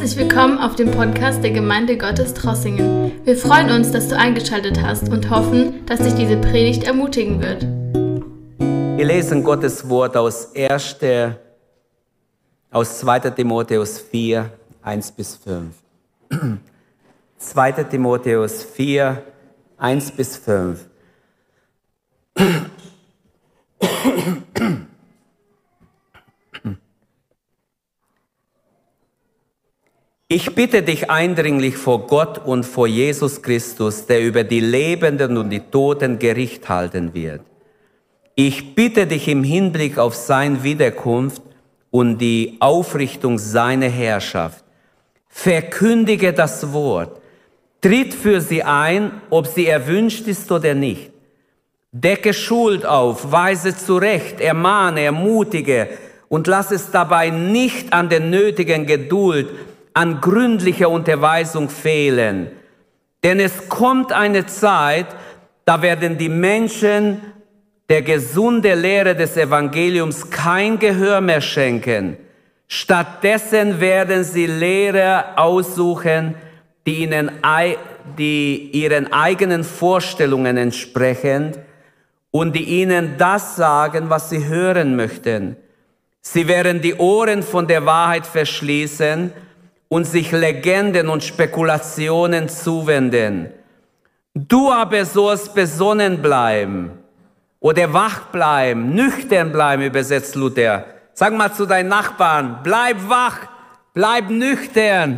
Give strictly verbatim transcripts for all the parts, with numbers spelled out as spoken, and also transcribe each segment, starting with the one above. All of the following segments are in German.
Herzlich willkommen auf dem Podcast der Gemeinde Gottes Trossingen. Wir freuen uns, dass du eingeschaltet hast und hoffen, dass dich diese Predigt ermutigen wird. Wir lesen Gottes Wort aus erster aus zweiter Timotheus vier, eins bis fünf. zweiter Timotheus vier, eins bis fünf. Ich bitte dich eindringlich vor Gott und vor Jesus Christus, der über die Lebenden und die Toten Gericht halten wird. Ich bitte dich im Hinblick auf seine Wiederkunft und die Aufrichtung seiner Herrschaft. Verkündige das Wort. Tritt für sie ein, ob sie erwünscht ist oder nicht. Decke Schuld auf, weise zurecht, ermahne, ermutige und lass es dabei nicht an der nötigen Geduld, an gründlicher Unterweisung fehlen. Denn es kommt eine Zeit, da werden die Menschen der gesunden Lehre des Evangeliums kein Gehör mehr schenken. Stattdessen werden sie Lehrer aussuchen, die ihnen, die ihren eigenen Vorstellungen entsprechen und die ihnen das sagen, was sie hören möchten. Sie werden die Ohren von der Wahrheit verschließen und sich Legenden und Spekulationen zuwenden. Du aber sollst besonnen bleiben oder wach bleiben, nüchtern bleiben, übersetzt Luther. Sag mal zu deinen Nachbarn, bleib wach, bleib nüchtern.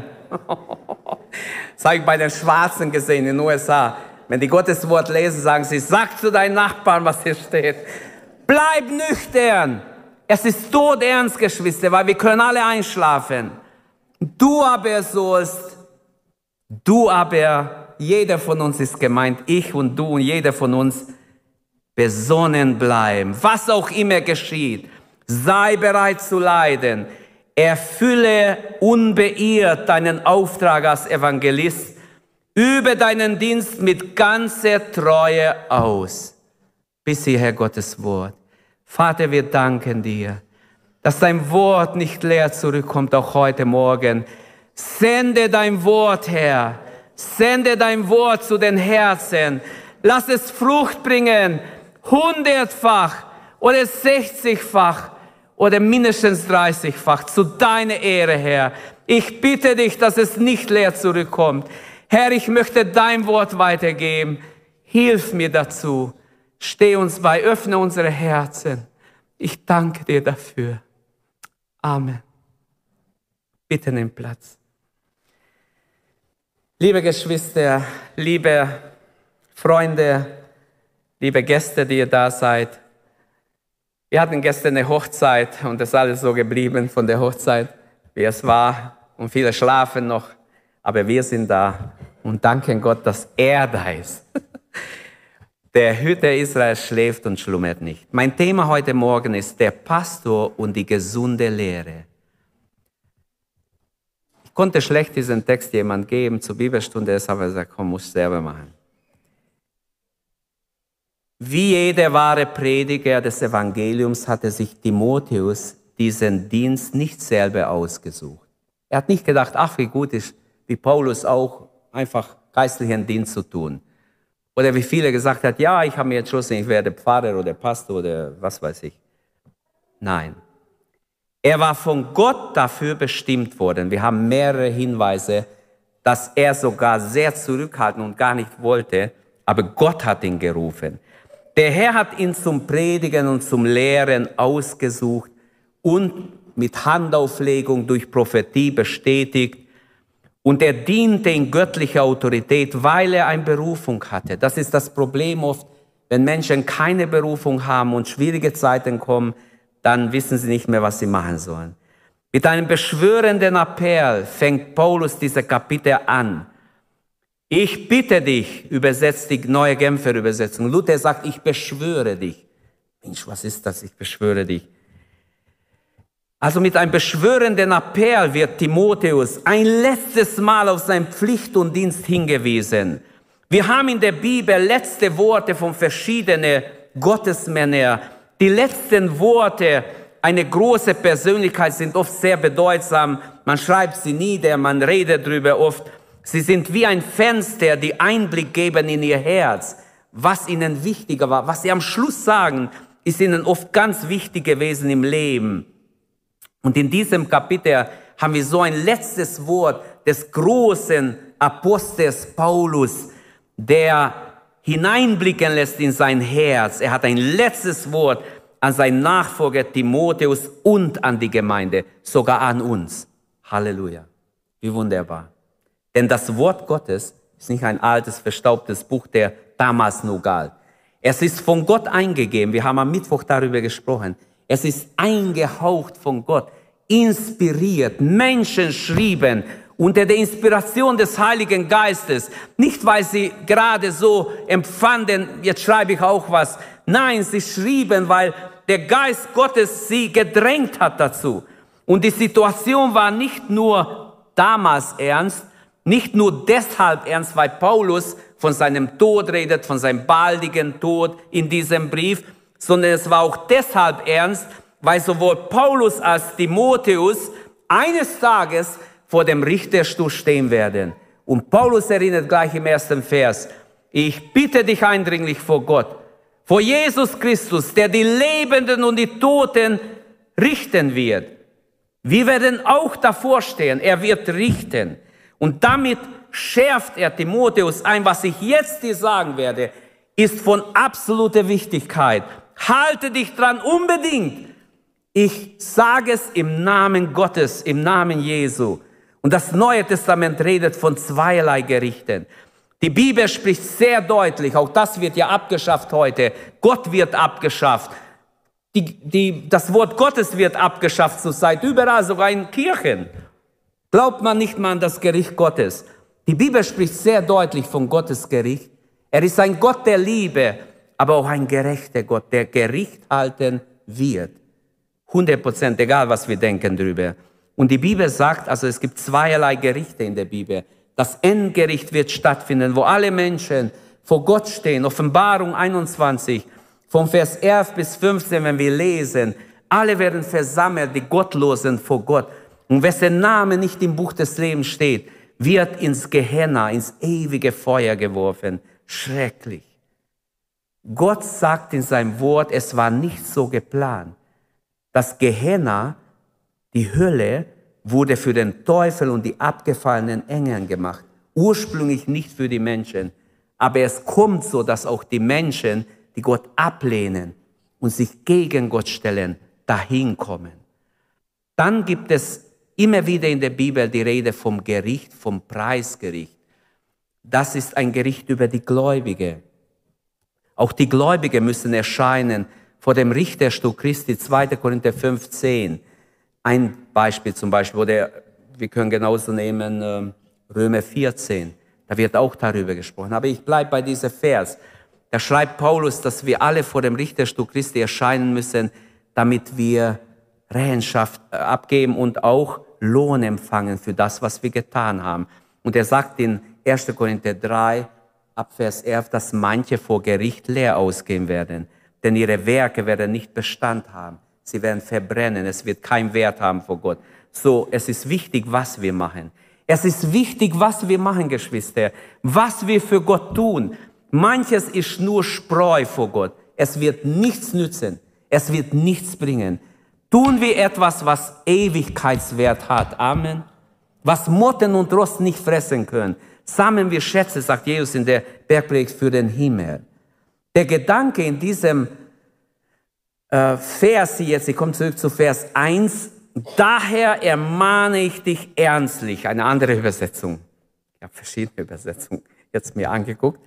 Das habe ich bei den Schwarzen gesehen in den U S A. Wenn die Gottes Wort lesen, sagen sie, sag zu deinen Nachbarn, was hier steht. Bleib nüchtern. Es ist todernst, Geschwister, weil wir können alle einschlafen. Du aber sollst, du aber, jeder von uns ist gemeint, ich und du und jeder von uns, besonnen bleiben, was auch immer geschieht. Sei bereit zu leiden. Erfülle unbeirrt deinen Auftrag als Evangelist. Übe deinen Dienst mit ganzer Treue aus. Bis hierher Gottes Wort. Vater, wir danken dir, dass dein Wort nicht leer zurückkommt, auch heute Morgen. Sende dein Wort, Herr. Sende dein Wort zu den Herzen. Lass es Frucht bringen, hundertfach oder sechzigfach oder mindestens dreißigfach, zu deiner Ehre, Herr. Ich bitte dich, dass es nicht leer zurückkommt. Herr, ich möchte dein Wort weitergeben. Hilf mir dazu. Steh uns bei, öffne unsere Herzen. Ich danke dir dafür. Amen. Bitte nimm Platz. Liebe Geschwister, liebe Freunde, liebe Gäste, die ihr da seid. Wir hatten gestern eine Hochzeit und es ist alles so geblieben von der Hochzeit, wie es war. Und viele schlafen noch, aber wir sind da und danken Gott, dass er da ist. Der Hüter Israels schläft und schlummert nicht. Mein Thema heute Morgen ist der Pastor und die gesunde Lehre. Ich konnte schlecht diesen Text jemand geben zur Bibelstunde, deshalb habe ich gesagt, komm, muss ich selber machen. Wie jeder wahre Prediger des Evangeliums hatte sich Timotheus diesen Dienst nicht selber ausgesucht. Er hat nicht gedacht, ach, wie gut ist, wie Paulus auch, einfach geistlichen Dienst zu tun. Oder wie viele gesagt hat, ja, ich habe mir entschlossen, ich werde Pfarrer oder Pastor oder was weiß ich. Nein. Er war von Gott dafür bestimmt worden. Wir haben mehrere Hinweise, dass er sogar sehr zurückhaltend und gar nicht wollte, aber Gott hat ihn gerufen. Der Herr hat ihn zum Predigen und zum Lehren ausgesucht und mit Handauflegung durch Prophetie bestätigt. Und er diente in göttlicher Autorität, weil er eine Berufung hatte. Das ist das Problem oft, wenn Menschen keine Berufung haben und schwierige Zeiten kommen, dann wissen sie nicht mehr, was sie machen sollen. Mit einem beschwörenden Appell fängt Paulus diese Kapitel an. Ich bitte dich, übersetzt die Neue Genfer Übersetzung. Luther sagt, ich beschwöre dich. Mensch, was ist das? Ich beschwöre dich. Also mit einem beschwörenden Appell wird Timotheus ein letztes Mal auf seine Pflicht und Dienst hingewiesen. Wir haben in der Bibel letzte Worte von verschiedenen Gottesmännern, die letzten Worte eine große Persönlichkeit, sind oft sehr bedeutsam. Man schreibt sie nieder, man redet darüber oft. Sie sind wie ein Fenster, die Einblick geben in ihr Herz, was ihnen wichtiger war. Was sie am Schluss sagen, ist ihnen oft ganz wichtig gewesen im Leben. Und in diesem Kapitel haben wir so ein letztes Wort des großen Apostels Paulus, der hineinblicken lässt in sein Herz. Er hat ein letztes Wort an seinen Nachfolger Timotheus und an die Gemeinde, sogar an uns. Halleluja. Wie wunderbar. Denn das Wort Gottes ist nicht ein altes, verstaubtes Buch, der damals nur galt. Es ist von Gott eingegeben. Wir haben am Mittwoch darüber gesprochen. Es ist eingehaucht von Gott, inspiriert. Menschen schrieben unter der Inspiration des Heiligen Geistes. Nicht, weil sie gerade so empfanden, jetzt schreibe ich auch was. Nein, sie schrieben, weil der Geist Gottes sie gedrängt hat dazu. Und die Situation war nicht nur damals ernst, nicht nur deshalb ernst, weil Paulus von seinem Tod redet, von seinem baldigen Tod in diesem Brief, sondern es war auch deshalb ernst, weil sowohl Paulus als Timotheus eines Tages vor dem Richterstuhl stehen werden. Und Paulus erinnert gleich im ersten Vers, ich bitte dich eindringlich vor Gott, vor Jesus Christus, der die Lebenden und die Toten richten wird. Wir werden auch davor stehen, er wird richten. Und damit schärft er Timotheus ein, was ich jetzt dir sagen werde, ist von absoluter Wichtigkeit. Halte dich dran unbedingt. Ich sage es im Namen Gottes, im Namen Jesu. Und das Neue Testament redet von zweierlei Gerichten. Die Bibel spricht sehr deutlich, auch das wird ja abgeschafft heute. Gott wird abgeschafft. Die, die, das Wort Gottes wird abgeschafft zurzeit, überall, sogar in Kirchen. Glaubt man nicht mal an das Gericht Gottes. Die Bibel spricht sehr deutlich von Gottes Gericht. Er ist ein Gott der Liebe, aber auch ein gerechter Gott, der Gericht halten wird. hundert Prozent, egal was wir denken drüber. Und die Bibel sagt, also es gibt zweierlei Gerichte in der Bibel. Das Endgericht wird stattfinden, wo alle Menschen vor Gott stehen. Offenbarung einundzwanzig, vom Vers elf bis fünfzehn, wenn wir lesen. Alle werden versammelt, die Gottlosen vor Gott. Und wessen Name nicht im Buch des Lebens steht, wird ins Gehenna, ins ewige Feuer geworfen. Schrecklich. Gott sagt in seinem Wort, es war nicht so geplant. Das Gehenna, die Hölle, wurde für den Teufel und die abgefallenen Engel gemacht. Ursprünglich nicht für die Menschen. Aber es kommt so, dass auch die Menschen, die Gott ablehnen und sich gegen Gott stellen, dahin kommen. Dann gibt es immer wieder in der Bibel die Rede vom Gericht, vom Preisgericht. Das ist ein Gericht über die Gläubigen. Auch die Gläubigen müssen erscheinen vor dem Richterstuhl Christi, zweiter Korinther fünfzehn. Ein Beispiel zum Beispiel, wo der, wir können genauso nehmen, äh, Römer vierzehn. Da wird auch darüber gesprochen. Aber ich bleibe bei diesem Vers. Da schreibt Paulus, dass wir alle vor dem Richterstuhl Christi erscheinen müssen, damit wir Rechenschaft abgeben und auch Lohn empfangen für das, was wir getan haben. Und er sagt in erster Korinther drei, ab Vers elf, dass manche vor Gericht leer ausgehen werden. Denn ihre Werke werden nicht Bestand haben. Sie werden verbrennen. Es wird keinen Wert haben vor Gott. So, es ist wichtig, was wir machen. Es ist wichtig, was wir machen, Geschwister. Was wir für Gott tun. Manches ist nur Spreu vor Gott. Es wird nichts nützen. Es wird nichts bringen. Tun wir etwas, was Ewigkeitswert hat. Amen. Was Motten und Rost nicht fressen können. Sammeln wir Schätze, sagt Jesus in der Bergpredigt, für den Himmel. Der Gedanke in diesem äh, Vers jetzt, ich komme zurück zu Vers eins, daher ermahne ich dich ernstlich. Eine andere Übersetzung. Ich habe verschiedene Übersetzungen jetzt mir angeguckt.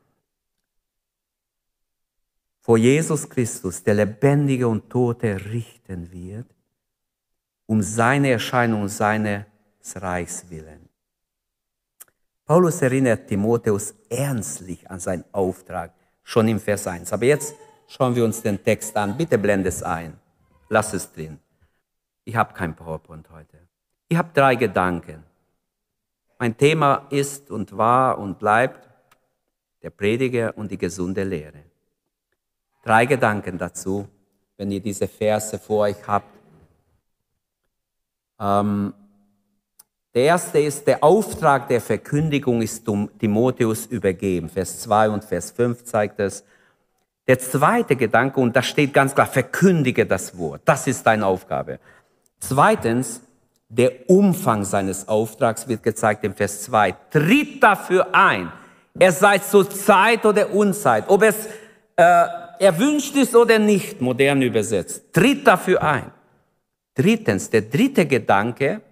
Vor Jesus Christus, der Lebendige und Tote richten wird, um seine Erscheinung und seines Reichs willen. Paulus erinnert Timotheus ernstlich an seinen Auftrag, schon im Vers eins. Aber jetzt schauen wir uns den Text an. Bitte blende es ein. Lass es drin. Ich habe kein PowerPoint heute. Ich habe drei Gedanken. Mein Thema ist und war und bleibt der Prediger und die gesunde Lehre. Drei Gedanken dazu, wenn ihr diese Verse vor euch habt. Ähm, der erste ist, der Auftrag der Verkündigung ist Timotheus übergeben. Vers zwei und Vers fünf zeigt es. Der zweite Gedanke, und da steht ganz klar, verkündige das Wort. Das ist deine Aufgabe. Zweitens, der Umfang seines Auftrags wird gezeigt im Vers zwei. Tritt dafür ein. Er sei zur Zeit oder Unzeit. Ob es äh, erwünscht ist oder nicht, modern übersetzt. Tritt dafür ein. Drittens, der dritte Gedanke,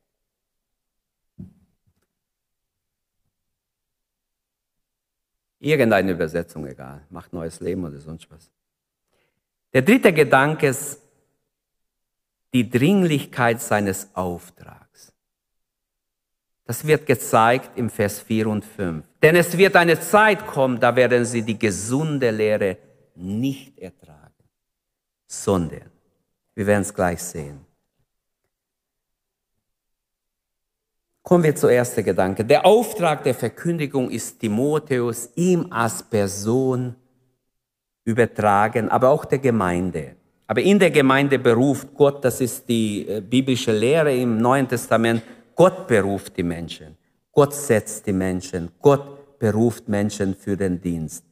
irgendeine Übersetzung, egal, macht neues Leben oder sonst was. Der dritte Gedanke ist die Dringlichkeit seines Auftrags. Das wird gezeigt im Vers vier und fünf. Denn es wird eine Zeit kommen, da werden sie die gesunde Lehre nicht ertragen, sondern, wir werden es gleich sehen. Kommen wir zum ersten Gedanke. Der Auftrag der Verkündigung ist Timotheus, ihm als Person übertragen, aber auch der Gemeinde. Aber in der Gemeinde beruft Gott, das ist die äh, biblische Lehre im Neuen Testament, Gott beruft die Menschen. Gott setzt die Menschen. Gott beruft Menschen für den Dienst.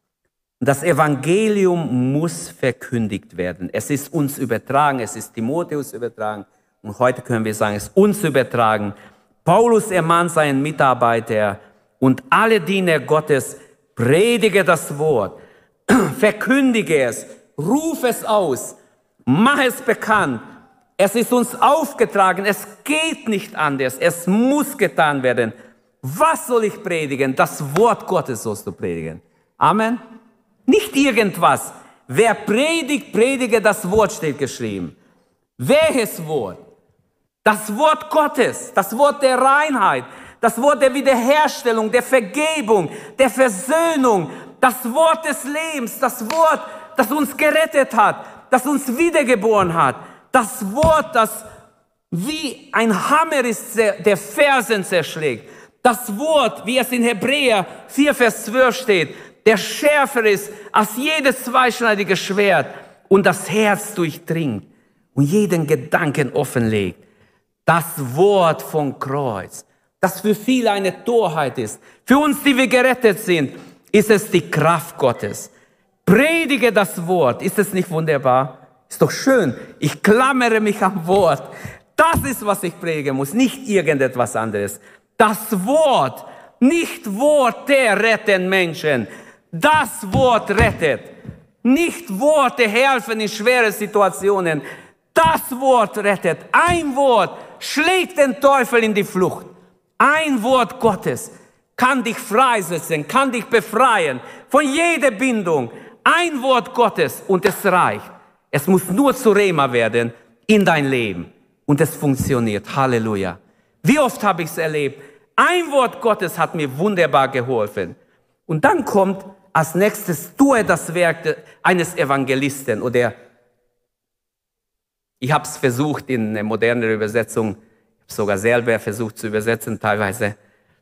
Das Evangelium muss verkündigt werden. Es ist uns übertragen, es ist Timotheus übertragen. Und heute können wir sagen, es ist uns übertragen. Paulus ermahnt seinen Mitarbeiter und alle Diener Gottes, predige das Wort, verkündige es, ruf es aus, mach es bekannt. Es ist uns aufgetragen, es geht nicht anders, es muss getan werden. Was soll ich predigen? Das Wort Gottes sollst du predigen. Amen. Nicht irgendwas. Wer predigt, predige das Wort, steht geschrieben. Welches Wort? Das Wort Gottes, das Wort der Reinheit, das Wort der Wiederherstellung, der Vergebung, der Versöhnung, das Wort des Lebens, das Wort, das uns gerettet hat, das uns wiedergeboren hat, das Wort, das wie ein Hammer ist, der Fersen zerschlägt, das Wort, wie es in Hebräer vier, Vers zwölf steht, der schärfer ist als jedes zweischneidige Schwert und das Herz durchdringt und jeden Gedanken offenlegt. Das Wort vom Kreuz, das für viele eine Torheit ist. Für uns, die wir gerettet sind, ist es die Kraft Gottes. Predige das Wort. Ist es nicht wunderbar? Ist doch schön. Ich klammere mich am Wort. Das ist, was ich predigen muss, nicht irgendetwas anderes. Das Wort, nicht Worte retten Menschen. Das Wort rettet. Nicht Worte helfen in schweren Situationen. Das Wort rettet. Ein Wort schlägt den Teufel in die Flucht. Ein Wort Gottes kann dich freisetzen, kann dich befreien von jeder Bindung. Ein Wort Gottes und es reicht. Es muss nur zu Rema werden in dein Leben. Und es funktioniert. Halleluja. Wie oft habe ich es erlebt? Ein Wort Gottes hat mir wunderbar geholfen. Und dann kommt als nächstes, tue das Werk eines Evangelisten oder ich habe es versucht in einer modernen Übersetzung, ich habe sogar selber versucht zu übersetzen teilweise.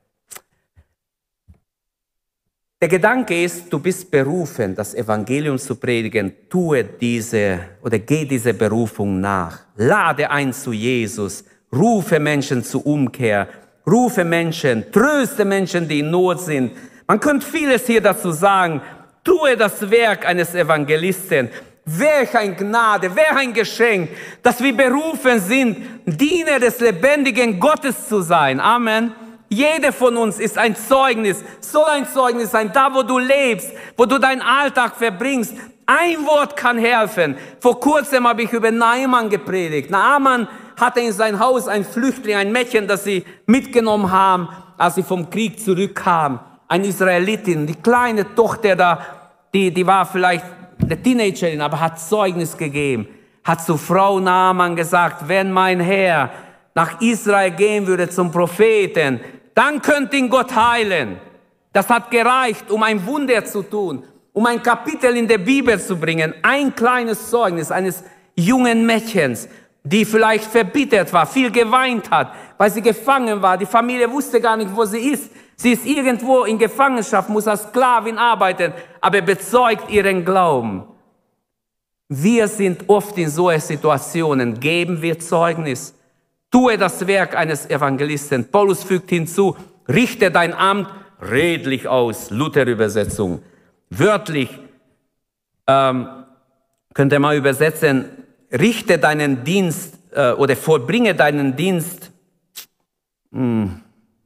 Der Gedanke ist, du bist berufen, das Evangelium zu predigen. Tue diese oder geh dieser Berufung nach. Lade ein zu Jesus. Rufe Menschen zur Umkehr. Rufe Menschen, tröste Menschen, die in Not sind. Man könnte vieles hier dazu sagen. Tue das Werk eines Evangelisten. Welch ein Gnade, welch ein Geschenk, dass wir berufen sind, Diener des lebendigen Gottes zu sein. Amen. Jeder von uns ist ein Zeugnis, soll ein Zeugnis sein, da wo du lebst, wo du deinen Alltag verbringst. Ein Wort kann helfen. Vor kurzem habe ich über Naaman gepredigt. Naaman hatte in sein Haus ein Flüchtling, ein Mädchen, das sie mitgenommen haben, als sie vom Krieg zurückkamen. Eine Israelitin, die kleine Tochter da, die, die war vielleicht eine Teenagerin, aber hat Zeugnis gegeben. Hat zu Frau Naaman gesagt, wenn mein Herr nach Israel gehen würde zum Propheten, dann könnte ihn Gott heilen. Das hat gereicht, um ein Wunder zu tun, um ein Kapitel in der Bibel zu bringen. Ein kleines Zeugnis eines jungen Mädchens, die vielleicht verbittert war, viel geweint hat, weil sie gefangen war. Die Familie wusste gar nicht, wo sie ist. Sie ist irgendwo in Gefangenschaft, muss als Sklavin arbeiten, aber bezeugt ihren Glauben. Wir sind oft in solchen Situationen, geben wir Zeugnis. Tue das Werk eines Evangelisten. Paulus fügt hinzu, richte dein Amt redlich aus. Luther-Übersetzung. Wörtlich ähm, könnte man übersetzen, richte deinen Dienst äh, oder vollbringe deinen Dienst hm.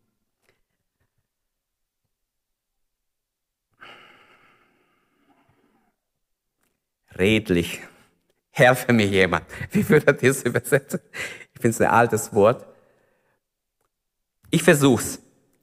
redlich. Helfe mir jemand. Wie würde das übersetzen? Ich finde es ein altes Wort. Ich versuch's.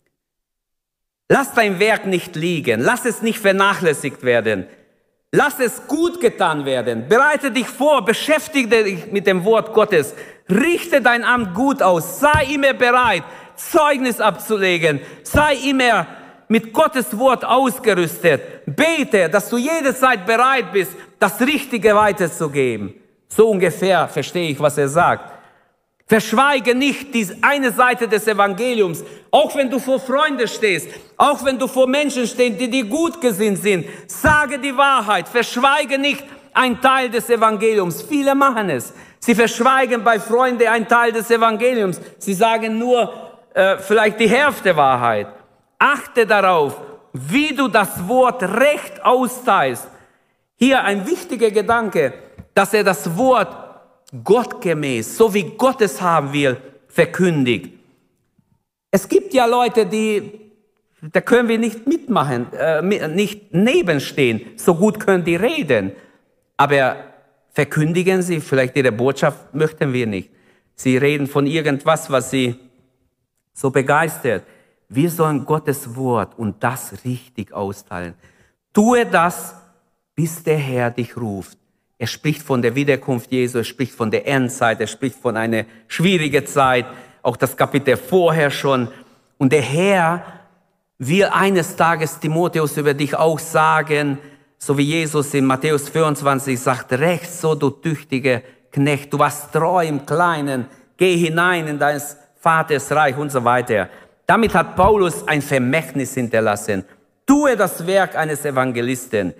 Lass dein Werk nicht liegen. Lass es nicht vernachlässigt werden. Lass es gut getan werden. Bereite dich vor. Beschäftige dich mit dem Wort Gottes. Richte dein Amt gut aus. Sei immer bereit, Zeugnis abzulegen. Sei immer mit Gottes Wort ausgerüstet. Bete, dass du jede Zeit bereit bist, das Richtige weiterzugeben. So ungefähr verstehe ich, was er sagt. Verschweige nicht die eine Seite des Evangeliums, auch wenn du vor Freunden stehst, auch wenn du vor Menschen stehst, die dir gut gesinnt sind. Sage die Wahrheit, verschweige nicht einen Teil des Evangeliums. Viele machen es. Sie verschweigen bei Freunden einen Teil des Evangeliums. Sie sagen nur äh, vielleicht die Hälfte Wahrheit. Achte darauf, wie du das Wort recht austeilst. Hier ein wichtiger Gedanke, dass er das Wort gottgemäß, so wie Gott es haben will, verkündigt. Es gibt ja Leute, die, da können wir nicht mitmachen, äh, nicht nebenstehen. So gut können die reden. Aber verkündigen sie vielleicht ihre Botschaft, möchten wir nicht. Sie reden von irgendwas, was sie so begeistert. Wir sollen Gottes Wort und das richtig austeilen. Tue das, bis der Herr dich ruft. Er spricht von der Wiederkunft Jesu, er spricht von der Endzeit, er spricht von einer schwierigen Zeit, auch das Kapitel vorher schon. Und der Herr will eines Tages Timotheus über dich auch sagen, so wie Jesus in Matthäus vierundzwanzig sagt, rechts, so du tüchtiger Knecht, du warst treu im Kleinen, geh hinein in deines Vaters Reich und so weiter. Damit hat Paulus ein Vermächtnis hinterlassen. Tue das Werk eines Evangelisten.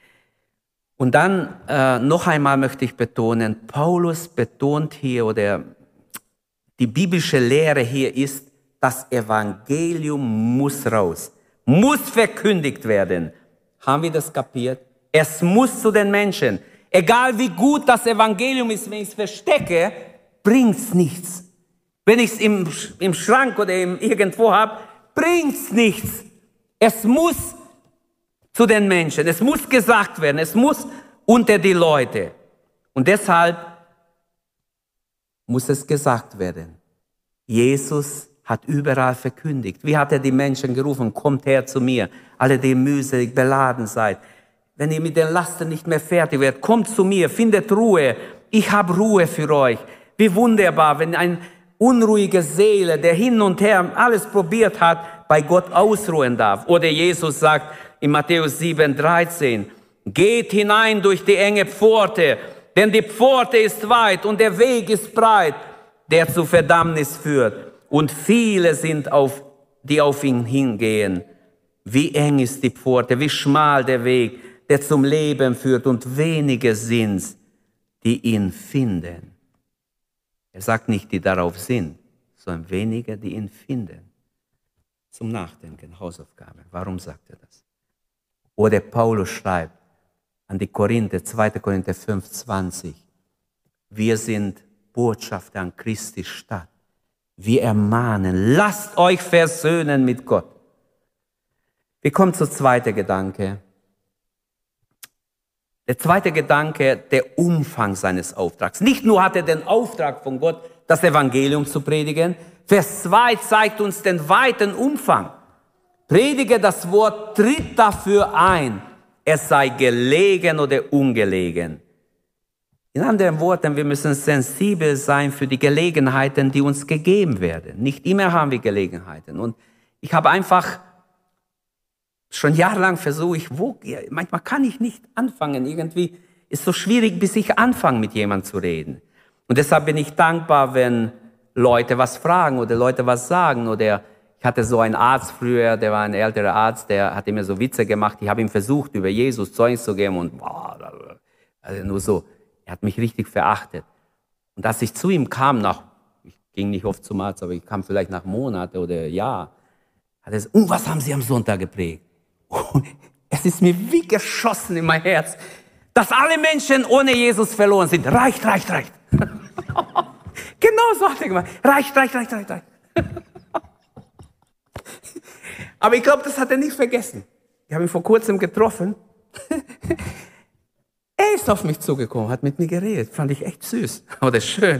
Und dann äh, noch einmal möchte ich betonen, Paulus betont hier, oder die biblische Lehre hier ist, das Evangelium muss raus, muss verkündigt werden. Haben wir das kapiert? Es muss zu den Menschen. Egal wie gut das Evangelium ist, wenn ich es verstecke, bringt's nichts. Wenn ich es im, im Schrank oder im, irgendwo habe, bringt's nichts. Es muss zu den Menschen. Es muss gesagt werden. Es muss unter die Leute. Und deshalb muss es gesagt werden. Jesus hat überall verkündigt. Wie hat er die Menschen gerufen? Kommt her zu mir, alle, die mühselig beladen seid. Wenn ihr mit den Lasten nicht mehr fertig werdet, kommt zu mir, findet Ruhe. Ich habe Ruhe für euch. Wie wunderbar, wenn ein unruhige Seele, der hin und her alles probiert hat, bei Gott ausruhen darf. Oder Jesus sagt in Matthäus sieben, dreizehn, geht hinein durch die enge Pforte, denn die Pforte ist weit und der Weg ist breit, der zur Verdammnis führt. Und viele sind, auf, die auf ihn hingehen. Wie eng ist die Pforte, wie schmal der Weg, der zum Leben führt, und wenige sind's, die ihn finden. Er sagt nicht, die darauf sind, sondern wenige, die ihn finden. Zum Nachdenken, Hausaufgabe. Warum sagt er das? Oder Paulus schreibt an die Korinther, zweiter Korinther fünf, zwanzig. Wir sind Botschafter an Christi Stadt. Wir ermahnen, lasst euch versöhnen mit Gott. Wir kommen zum zweiten Gedanke. Der zweite Gedanke, der Umfang seines Auftrags. Nicht nur hat er den Auftrag von Gott, das Evangelium zu predigen. Vers zwei zeigt uns den weiten Umfang. Predige das Wort, tritt dafür ein, es sei gelegen oder ungelegen. In anderen Worten, wir müssen sensibel sein für die Gelegenheiten, die uns gegeben werden. Nicht immer haben wir Gelegenheiten. Und ich habe einfach schon jahrelang versucht, ich, wo, manchmal kann ich nicht anfangen. Irgendwie ist es so schwierig, bis ich anfange, mit jemandem zu reden. Und deshalb bin ich dankbar, wenn Leute was fragen oder Leute was sagen. Oder ich hatte so einen Arzt früher, der war ein älterer Arzt, der hat immer so Witze gemacht. Ich habe ihm versucht, über Jesus Zeugnis zu geben und boah, also nur so. Er hat mich richtig verachtet. Und als ich zu ihm kam, nach, ich ging nicht oft zum Arzt, aber ich kam vielleicht nach Monaten oder Jahr. Hat er gesagt, und was haben Sie am Sonntag gepredigt? Und es ist mir wie geschossen in mein Herz, dass alle Menschen ohne Jesus verloren sind. Reicht, reicht, reicht. Genau so hat er gemacht. Reicht, reicht, reicht, reicht, reicht. Aber ich glaube, das hat er nicht vergessen. Ich habe ihn vor kurzem getroffen. Er ist auf mich zugekommen, hat mit mir geredet. Fand ich echt süß oder schön.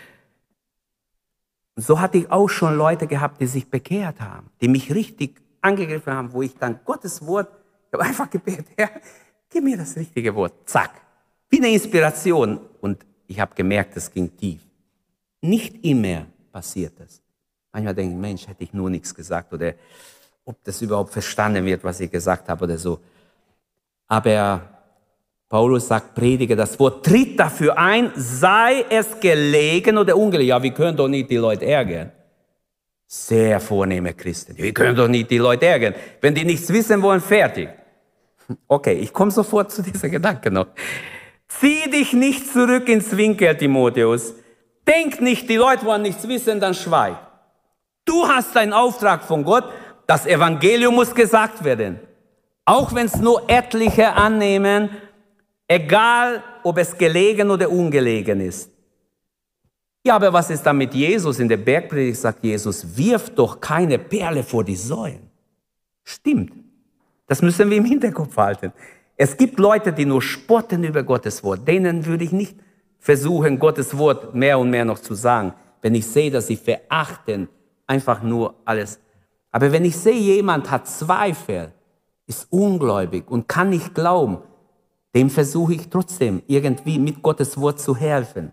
Und so hatte ich auch schon Leute gehabt, die sich bekehrt haben, die mich richtig angegriffen haben, wo ich dann Gottes Wort, ich habe einfach gebetet, Herr, gib mir das richtige Wort. Zack. Wie eine Inspiration. Und ich habe gemerkt, es ging tief. Nicht immer passiert das. Manchmal denke ich, Mensch, hätte ich nur nichts gesagt oder ob das überhaupt verstanden wird, was ich gesagt habe oder so. Aber Paulus sagt, predige das Wort, tritt dafür ein, sei es gelegen oder ungelegen. Ja, wir können doch nicht die Leute ärgern. Sehr vornehme Christen. Wir können doch nicht die Leute ärgern. Wenn die nichts wissen wollen, fertig. Okay, ich komme sofort zu diesem Gedanken noch. Zieh dich nicht zurück ins Winkel, Timotheus. Denk nicht, die Leute wollen nichts wissen, dann schweig. Du hast einen Auftrag von Gott, das Evangelium muss gesagt werden. Auch wenn es nur etliche annehmen, egal ob es gelegen oder ungelegen ist. Ja, aber was ist dann mit Jesus? In der Bergpredigt sagt Jesus, wirf doch keine Perle vor die Säulen. Stimmt. Das müssen wir im Hinterkopf halten. Es gibt Leute, die nur spotten über Gottes Wort. Denen würde ich nicht versuchen, Gottes Wort mehr und mehr noch zu sagen. Wenn ich sehe, dass sie verachten, einfach nur alles. Aber wenn ich sehe, jemand hat Zweifel, ist ungläubig und kann nicht glauben, dem versuche ich trotzdem irgendwie mit Gottes Wort zu helfen.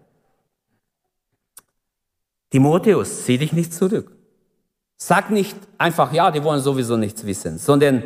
Timotheus, zieh dich nicht zurück. Sag nicht einfach, ja, die wollen sowieso nichts wissen, sondern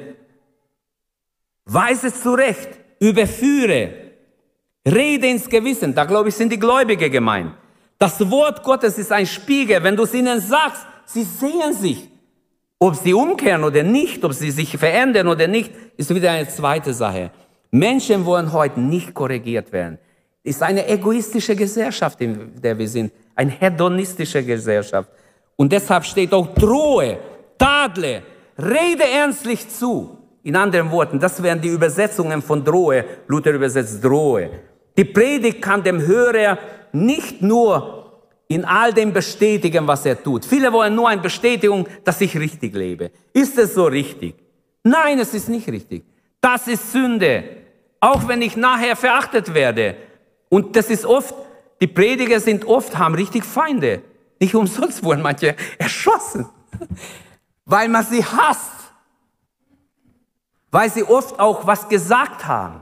weise zurecht, überführe, rede ins Gewissen. Da, glaube ich, sind die Gläubige gemeint. Das Wort Gottes ist ein Spiegel. Wenn du es ihnen sagst, sie sehen sich. Ob sie umkehren oder nicht, ob sie sich verändern oder nicht, ist wieder eine zweite Sache. Menschen wollen heute nicht korrigiert werden. Es ist eine egoistische Gesellschaft, in der wir sind. Eine hedonistische Gesellschaft. Und deshalb steht auch drohe, tadle, rede ernstlich zu. In anderen Worten, das wären die Übersetzungen von drohe. Luther übersetzt drohe. Die Predigt kann dem Hörer nicht nur in all dem bestätigen, was er tut. Viele wollen nur eine Bestätigung, dass ich richtig lebe. Ist es so richtig? Nein, es ist nicht richtig. Das ist Sünde. Auch wenn ich nachher verachtet werde. Und das ist oft, die Prediger sind oft, haben richtig Feinde. Nicht umsonst wurden manche erschossen. Weil man sie hasst. Weil sie oft auch was gesagt haben.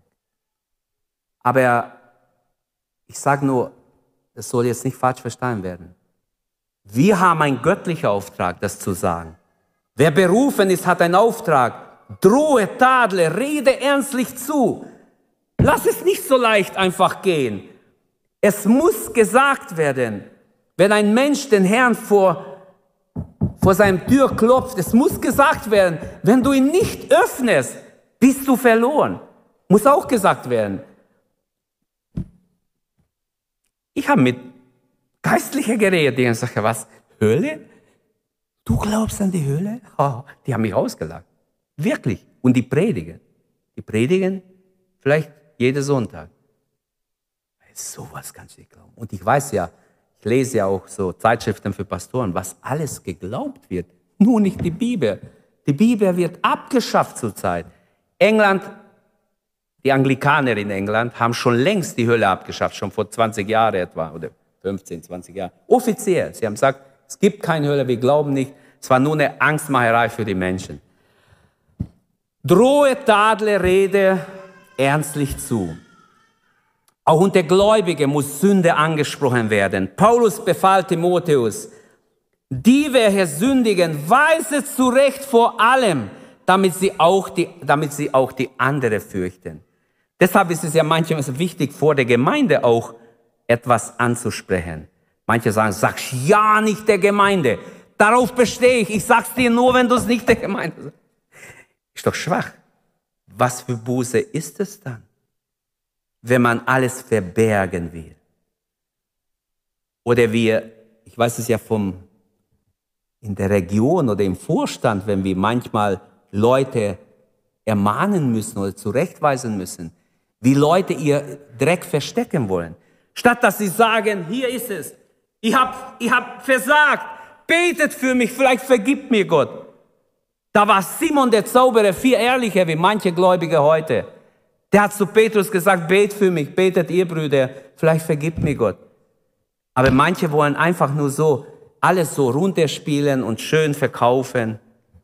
Aber ich sage nur, das soll jetzt nicht falsch verstanden werden. Wir haben einen göttlichen Auftrag, das zu sagen. Wer berufen ist, hat einen Auftrag. Drohe, tadle, rede ernstlich zu. Lass es nicht so leicht einfach gehen. Es muss gesagt werden, wenn ein Mensch den Herrn vor, vor seinem Tür klopft, es muss gesagt werden, wenn du ihn nicht öffnest, bist du verloren. Muss auch gesagt werden. Ich habe mit Geistlichen geredet, die sagen, was, Hölle? Du glaubst an die Hölle? Oh, die haben mich ausgelacht. Wirklich. Und die predigen. Die predigen vielleicht jeden Sonntag. Sowas kannst du nicht glauben. Und ich weiß ja, ich lese ja auch so Zeitschriften für Pastoren, was alles geglaubt wird. Nur nicht die Bibel. Die Bibel wird abgeschafft zurzeit. England, die Anglikaner in England haben schon längst die Hölle abgeschafft, schon vor zwanzig Jahren etwa, oder fünfzehn, zwanzig Jahren. Offiziell. Sie haben gesagt, es gibt keine Hölle, wir glauben nicht. Es war nur eine Angstmacherei für die Menschen. Drohe, tadle, rede ernstlich zu. Auch unter Gläubigen muss Sünde angesprochen werden. Paulus befahl Timotheus, die welche sündigen, weise zurecht vor allem, damit sie auch die, damit sie auch die andere fürchten. Deshalb ist es ja manchmal wichtig, vor der Gemeinde auch etwas anzusprechen. Manche sagen, sag's ja nicht der Gemeinde. Darauf bestehe ich. Ich sag's dir nur, wenn du es nicht der Gemeinde sagst. Ist doch schwach. Was für Buße ist es dann, wenn man alles verbergen will? Oder wir ich weiß es ja vom, in der Region oder im Vorstand, wenn wir manchmal Leute ermahnen müssen oder zurechtweisen müssen, wie Leute ihr Dreck verstecken wollen. Statt dass sie sagen, hier ist es, ich habe ich hab versagt, betet für mich, vielleicht vergibt mir Gott. Da war Simon der Zauberer viel ehrlicher wie manche Gläubige heute. Der hat zu Petrus gesagt, bet für mich, betet ihr Brüder, vielleicht vergibt mir Gott. Aber manche wollen einfach nur so alles so runterspielen und schön verkaufen.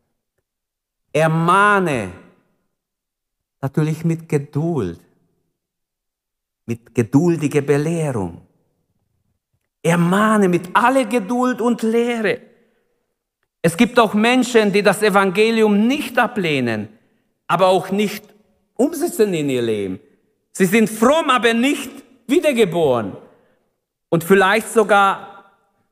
Ermahne, natürlich mit Geduld, mit geduldiger Belehrung. Ermahne mit aller Geduld und Lehre. Es gibt auch Menschen, die das Evangelium nicht ablehnen, aber auch nicht umsetzen in ihr Leben. Sie sind fromm, aber nicht wiedergeboren. Und vielleicht sogar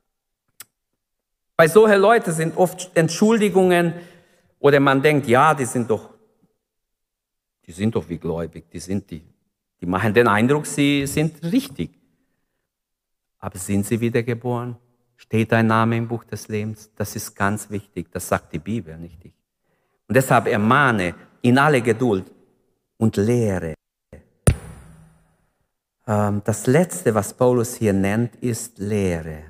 bei solchen Leuten sind oft Entschuldigungen oder man denkt, ja, die sind doch, die sind doch wie gläubig, die sind die, die machen den Eindruck, sie sind richtig. Aber sind sie wiedergeboren? Steht dein Name im Buch des Lebens? Das ist ganz wichtig, das sagt die Bibel, nicht ich. Und deshalb ermahne in aller Geduld und Lehre. Das Letzte, was Paulus hier nennt, ist Lehre.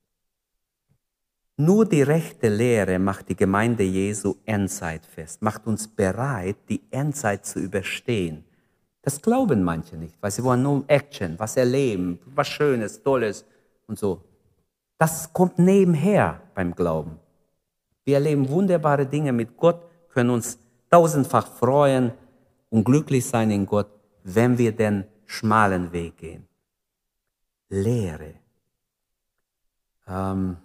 Nur die rechte Lehre macht die Gemeinde Jesu endzeitfest, macht uns bereit, die Endzeit zu überstehen. Das glauben manche nicht, weil sie wollen nur Action, was erleben, was Schönes, Tolles und so. Das kommt nebenher beim Glauben. Wir erleben wunderbare Dinge mit Gott, können uns tausendfach freuen und glücklich sein in Gott, wenn wir den schmalen Weg gehen. Lehre. Ähm,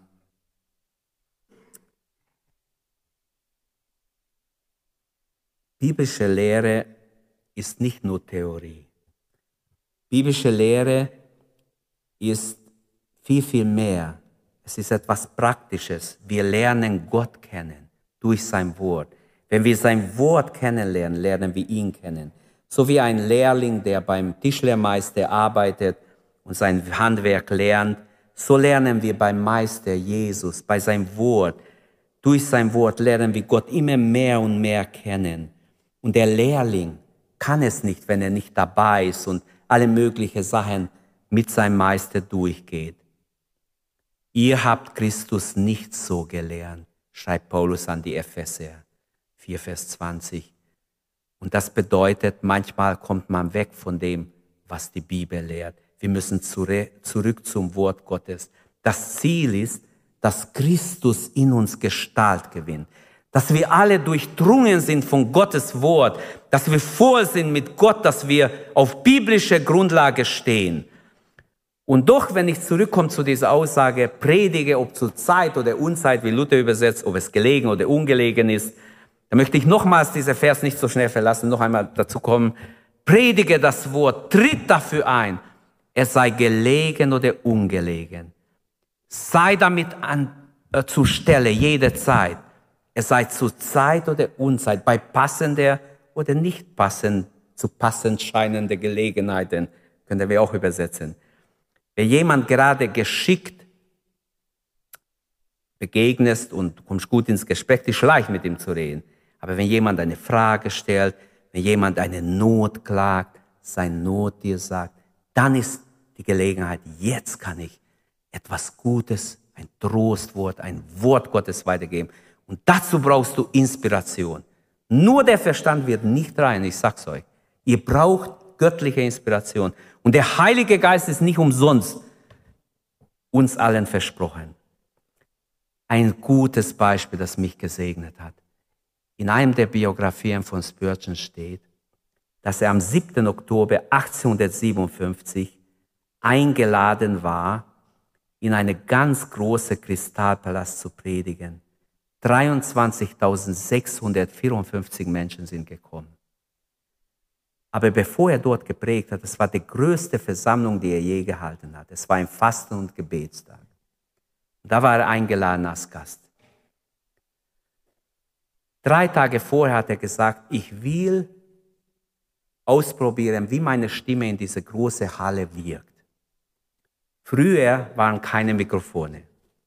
biblische Lehre ist nicht nur Theorie. Biblische Lehre ist viel, viel mehr. Es ist etwas Praktisches. Wir lernen Gott kennen durch sein Wort. Wenn wir sein Wort kennenlernen, lernen wir ihn kennen. So wie ein Lehrling, der beim Tischlermeister arbeitet und sein Handwerk lernt, so lernen wir beim Meister Jesus, bei seinem Wort. Durch sein Wort lernen wir Gott immer mehr und mehr kennen. Und der Lehrling kann es nicht, wenn er nicht dabei ist und alle möglichen Sachen mit seinem Meister durchgeht. Ihr habt Christus nicht so gelernt, schreibt Paulus an die Epheser vier, Vers zwanzig. Und das bedeutet, manchmal kommt man weg von dem, was die Bibel lehrt. Wir müssen zurück zum Wort Gottes. Das Ziel ist, dass Christus in uns Gestalt gewinnt. Dass wir alle durchdrungen sind von Gottes Wort. Dass wir voll sind mit Gott, dass wir auf biblischer Grundlage stehen. Und doch, wenn ich zurückkomme zu dieser Aussage, predige, ob zur Zeit oder Unzeit, wie Luther übersetzt, ob es gelegen oder ungelegen ist, dann möchte ich nochmals diesen Vers nicht so schnell verlassen, noch einmal dazu kommen. Predige das Wort, tritt dafür ein, es sei gelegen oder ungelegen. Sei damit an, äh, zur Stelle jederzeit. Es sei zur Zeit oder Unzeit, bei passender oder nicht passend, zu passend scheinender Gelegenheiten, können wir auch übersetzen. Wenn jemand gerade geschickt begegnest und du kommst gut ins Gespräch, ist leicht mit ihm zu reden. Aber wenn jemand eine Frage stellt, wenn jemand eine Not klagt, seine Not dir sagt, dann ist die Gelegenheit, jetzt kann ich etwas Gutes, ein Trostwort, ein Wort Gottes weitergeben. Und dazu brauchst du Inspiration. Nur der Verstand wird nicht rein, ich sag's euch. Ihr braucht göttliche Inspiration. Und der Heilige Geist ist nicht umsonst uns allen versprochen. Ein gutes Beispiel, das mich gesegnet hat. In einem der Biografien von Spurgeon steht, dass er am siebten Oktober achtzehnhundertsiebenundfünfzig eingeladen war, in einen ganz großen Kristallpalast zu predigen. dreiundzwanzigtausendsechshundertvierundfünfzig Menschen sind gekommen. Aber bevor er dort gepredigt hat, das war die größte Versammlung, die er je gehalten hat. Es war ein Fasten- und Gebetstag. Und da war er eingeladen als Gast. Drei Tage vorher hat er gesagt, ich will ausprobieren, wie meine Stimme in diese große Halle wirkt. Früher waren keine Mikrofone.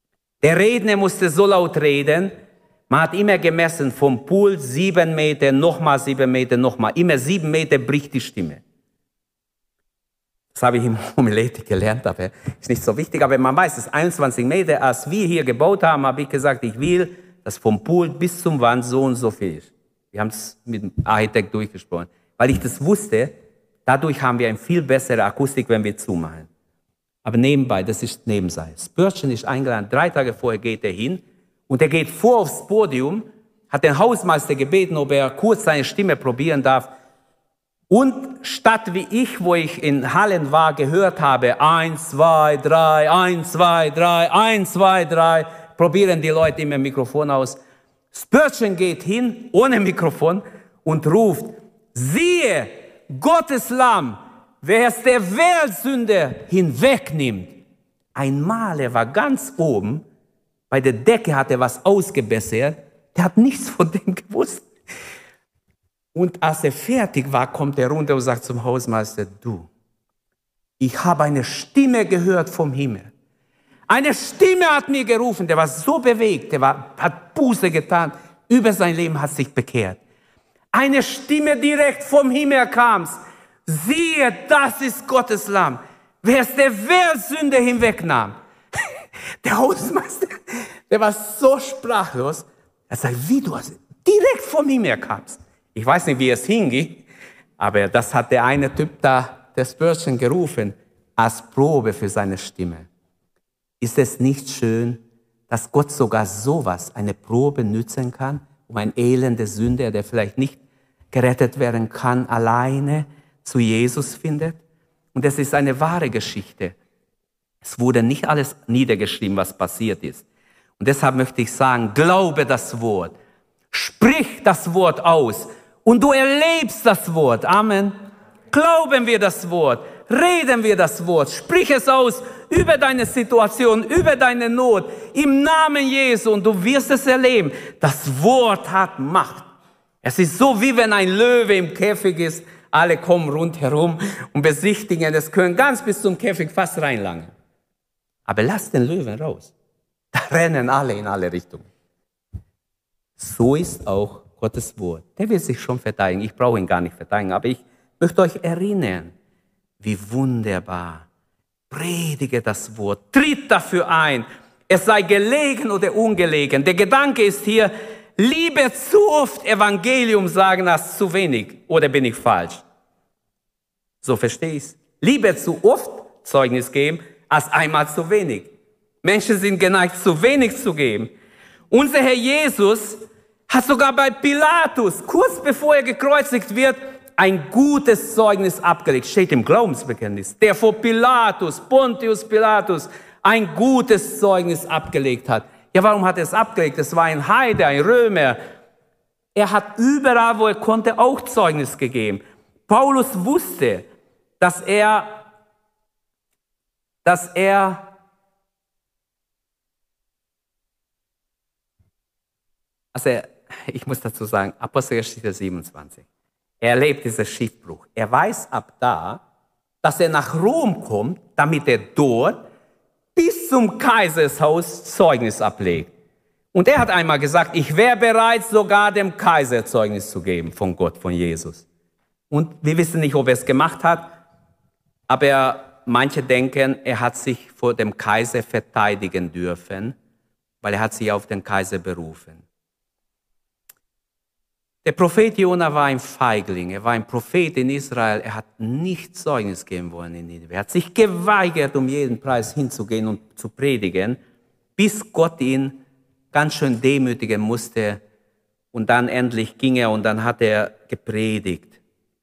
Der Redner musste so laut reden, man hat immer gemessen, vom Pool sieben Meter, nochmal sieben Meter, nochmal. Immer sieben Meter bricht die Stimme. Das habe ich im Homiletik gelernt, aber ist nicht so wichtig. Aber man weiß, es ist einundzwanzig Meter. Als wir hier gebaut haben, habe ich gesagt, ich will, dass vom Pool bis zum Wand so und so viel ist. Wir haben es mit dem Architekt durchgesprochen. Weil ich das wusste, dadurch haben wir eine viel bessere Akustik, wenn wir zumachen. Aber nebenbei, das ist Nebensache. Spurgeon ist eingeladen, drei Tage vorher geht er hin und er geht vor aufs Podium, hat den Hausmeister gebeten, ob er kurz seine Stimme probieren darf. Und statt wie ich, wo ich in Hallen war, gehört habe, eins, zwei, drei, eins, zwei, drei, eins, zwei, drei, probieren die Leute immer Mikrofon aus. Spurgeon geht hin, ohne Mikrofon, und ruft, siehe, Gottes Lamm, wer es der Weltsünde hinwegnimmt. Ein Maler war ganz oben, bei der Decke hat er was ausgebessert, der hat nichts von dem gewusst. Und als er fertig war, kommt er runter und sagt zum Hausmeister, du, ich habe eine Stimme gehört vom Himmel. Eine Stimme hat mir gerufen, der war so bewegt, der war, hat Buße getan, über sein Leben hat sich bekehrt. Eine Stimme direkt vom Himmel kam, siehe, das ist Gottes Lamm, wer es der Weltsünde hinwegnahm. Der Hausmeister, der war so sprachlos, er sagt, wie du hast direkt vom Himmel kamst. Ich weiß nicht, wie es hinging, aber das hat der eine Typ da, der Spurgeon, gerufen, als Probe für seine Stimme. Ist es nicht schön, dass Gott sogar sowas, eine Probe nützen kann, um ein elender Sünder, der vielleicht nicht gerettet werden kann, alleine zu Jesus findet? Und es ist eine wahre Geschichte. Es wurde nicht alles niedergeschrieben, was passiert ist. Und deshalb möchte ich sagen, glaube das Wort. Sprich das Wort aus. Und du erlebst das Wort. Amen. Glauben wir das Wort. Reden wir das Wort. Sprich es aus über deine Situation, über deine Not. Im Namen Jesu. Und du wirst es erleben. Das Wort hat Macht. Es ist so, wie wenn ein Löwe im Käfig ist. Alle kommen rundherum und besichtigen. Es können ganz bis zum Käfig fast reinlangen. Aber lass den Löwen raus. Da rennen alle in alle Richtungen. So ist auch Gottes Wort. Der will sich schon verteidigen. Ich brauche ihn gar nicht verteidigen. Aber ich möchte euch erinnern, wie wunderbar. Predige das Wort. Tritt dafür ein. Es sei gelegen oder ungelegen. Der Gedanke ist hier, lieber zu oft Evangelium sagen als zu wenig. Oder bin ich falsch? So verstehe ich es. Lieber zu oft Zeugnis geben, als einmal zu wenig. Menschen sind geneigt, zu wenig zu geben. Unser Herr Jesus hat sogar bei Pilatus, kurz bevor er gekreuzigt wird, ein gutes Zeugnis abgelegt. Steht im Glaubensbekenntnis. Der vor Pilatus, Pontius Pilatus, ein gutes Zeugnis abgelegt hat. Ja, warum hat er es abgelegt? Es war ein Heide, ein Römer. Er hat überall, wo er konnte, auch Zeugnis gegeben. Paulus wusste, dass er, dass er Also ich muss dazu sagen, Apostelgeschichte siebenundzwanzig. Er erlebt diesen Schiffbruch. Er weiß ab da, dass er nach Rom kommt, damit er dort bis zum Kaisershaus Zeugnis ablegt. Und er hat einmal gesagt, ich wäre bereit, sogar dem Kaiser Zeugnis zu geben von Gott, von Jesus. Und wir wissen nicht, ob er es gemacht hat, aber manche denken, er hat sich vor dem Kaiser verteidigen dürfen, weil er hat sich auf den Kaiser berufen. Der Prophet Jona war ein Feigling, er war ein Prophet in Israel, er hat nicht Zeugnis geben wollen in Nineveh. Er hat sich geweigert, um jeden Preis hinzugehen und zu predigen, bis Gott ihn ganz schön demütigen musste. Und dann endlich ging er und dann hat er gepredigt.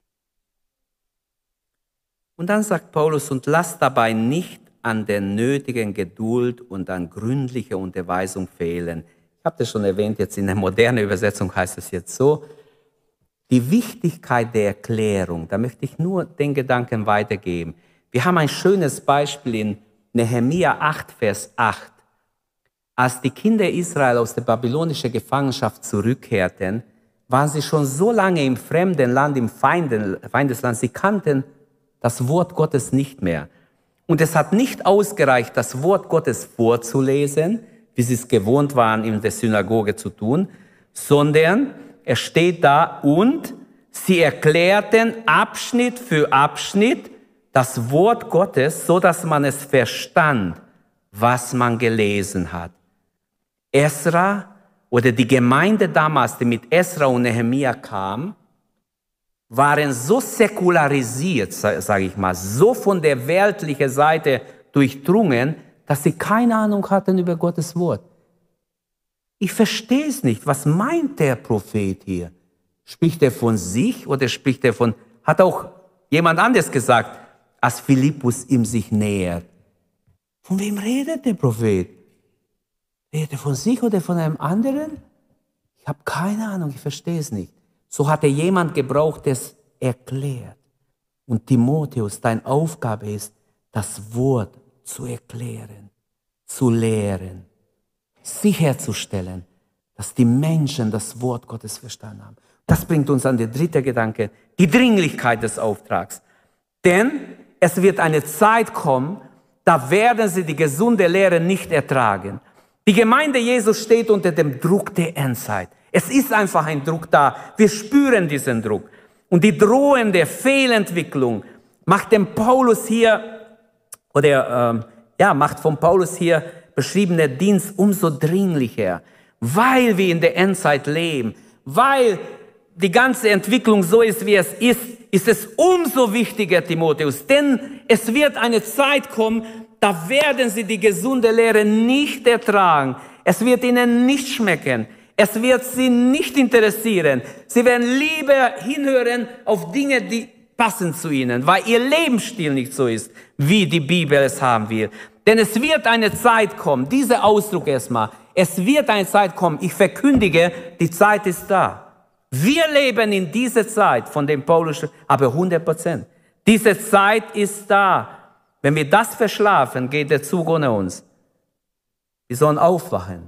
Und dann sagt Paulus, und lasst dabei nicht an der nötigen Geduld und an gründlicher Unterweisung fehlen. Ich habe das schon erwähnt, jetzt in der modernen Übersetzung heißt es jetzt so, die Wichtigkeit der Erklärung, da möchte ich nur den Gedanken weitergeben. Wir haben ein schönes Beispiel in Nehemia acht, Vers acht. Als die Kinder Israel aus der babylonischen Gefangenschaft zurückkehrten, waren sie schon so lange im fremden Land, im Feindesland, sie kannten das Wort Gottes nicht mehr. Und es hat nicht ausgereicht, das Wort Gottes vorzulesen, wie sie es gewohnt waren, in der Synagoge zu tun, sondern es steht da, und sie erklärten Abschnitt für Abschnitt das Wort Gottes, so dass man es verstand, was man gelesen hat. Esra oder die Gemeinde damals, die mit Esra und Nehemia kam, waren so säkularisiert, sage ich mal, so von der weltlichen Seite durchdrungen, dass sie keine Ahnung hatten über Gottes Wort. Ich verstehe es nicht. Was meint der Prophet hier? Spricht er von sich oder spricht er von, hat auch jemand anderes gesagt, als Philippus ihm sich nähert. Von wem redet der Prophet? Redet er von sich oder von einem anderen? Ich habe keine Ahnung, ich verstehe es nicht. So hat er jemand gebraucht, der es erklärt. Und Timotheus, deine Aufgabe ist, das Wort zu erklären, zu lehren, sicherzustellen, dass die Menschen das Wort Gottes verstanden haben. Das bringt uns an den dritten Gedanke, die Dringlichkeit des Auftrags. Denn es wird eine Zeit kommen, da werden sie die gesunde Lehre nicht ertragen. Die Gemeinde Jesus steht unter dem Druck der Endzeit. Es ist einfach ein Druck da. Wir spüren diesen Druck. Und die drohende Fehlentwicklung macht dem Paulus hier, oder ähm, ja, macht von Paulus hier beschriebener Dienst umso dringlicher, weil wir in der Endzeit leben, weil die ganze Entwicklung so ist, wie es ist, ist es umso wichtiger, Timotheus, denn es wird eine Zeit kommen, da werden sie die gesunde Lehre nicht ertragen. Es wird ihnen nicht schmecken. Es wird sie nicht interessieren. Sie werden lieber hinhören auf Dinge, die passen zu ihnen, weil ihr Lebensstil nicht so ist, wie die Bibel es haben will. Denn es wird eine Zeit kommen, dieser Ausdruck erstmal, es wird eine Zeit kommen, ich verkündige, die Zeit ist da. Wir leben in dieser Zeit, von dem Paulus, aber hundert Prozent. Diese Zeit ist da. Wenn wir das verschlafen, geht der Zug ohne uns. Wir sollen aufwachen.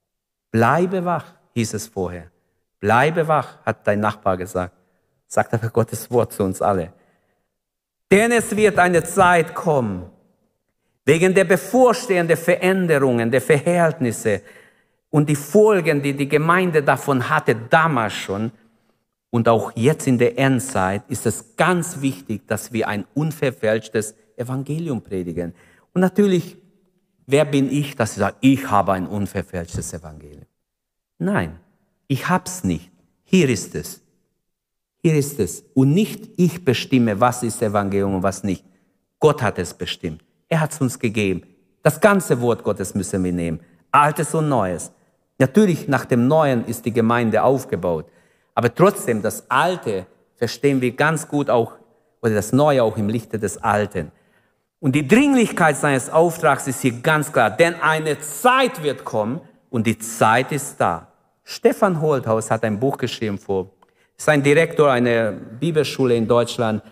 Bleibe wach, hieß es vorher. Bleibe wach, hat dein Nachbar gesagt. Sagt aber Gottes Wort zu uns alle. Denn es wird eine Zeit kommen, wegen der bevorstehenden Veränderungen, der Verhältnisse und die Folgen, die die Gemeinde davon hatte, damals schon und auch jetzt in der Endzeit, ist es ganz wichtig, dass wir ein unverfälschtes Evangelium predigen. Und natürlich, wer bin ich, dass ich sage, ich habe ein unverfälschtes Evangelium? Nein, ich hab's nicht. Hier ist es. Hier ist es. Und nicht ich bestimme, was ist Evangelium und was nicht. Gott hat es bestimmt. Er hat es uns gegeben. Das ganze Wort Gottes müssen wir nehmen. Altes und Neues. Natürlich, nach dem Neuen ist die Gemeinde aufgebaut. Aber trotzdem, das Alte verstehen wir ganz gut auch, oder das Neue auch im Lichte des Alten. Und die Dringlichkeit seines Auftrags ist hier ganz klar. Denn eine Zeit wird kommen und die Zeit ist da. Stefan Holthaus hat ein Buch geschrieben vor, ist ein Direktor einer Bibelschule in Deutschland.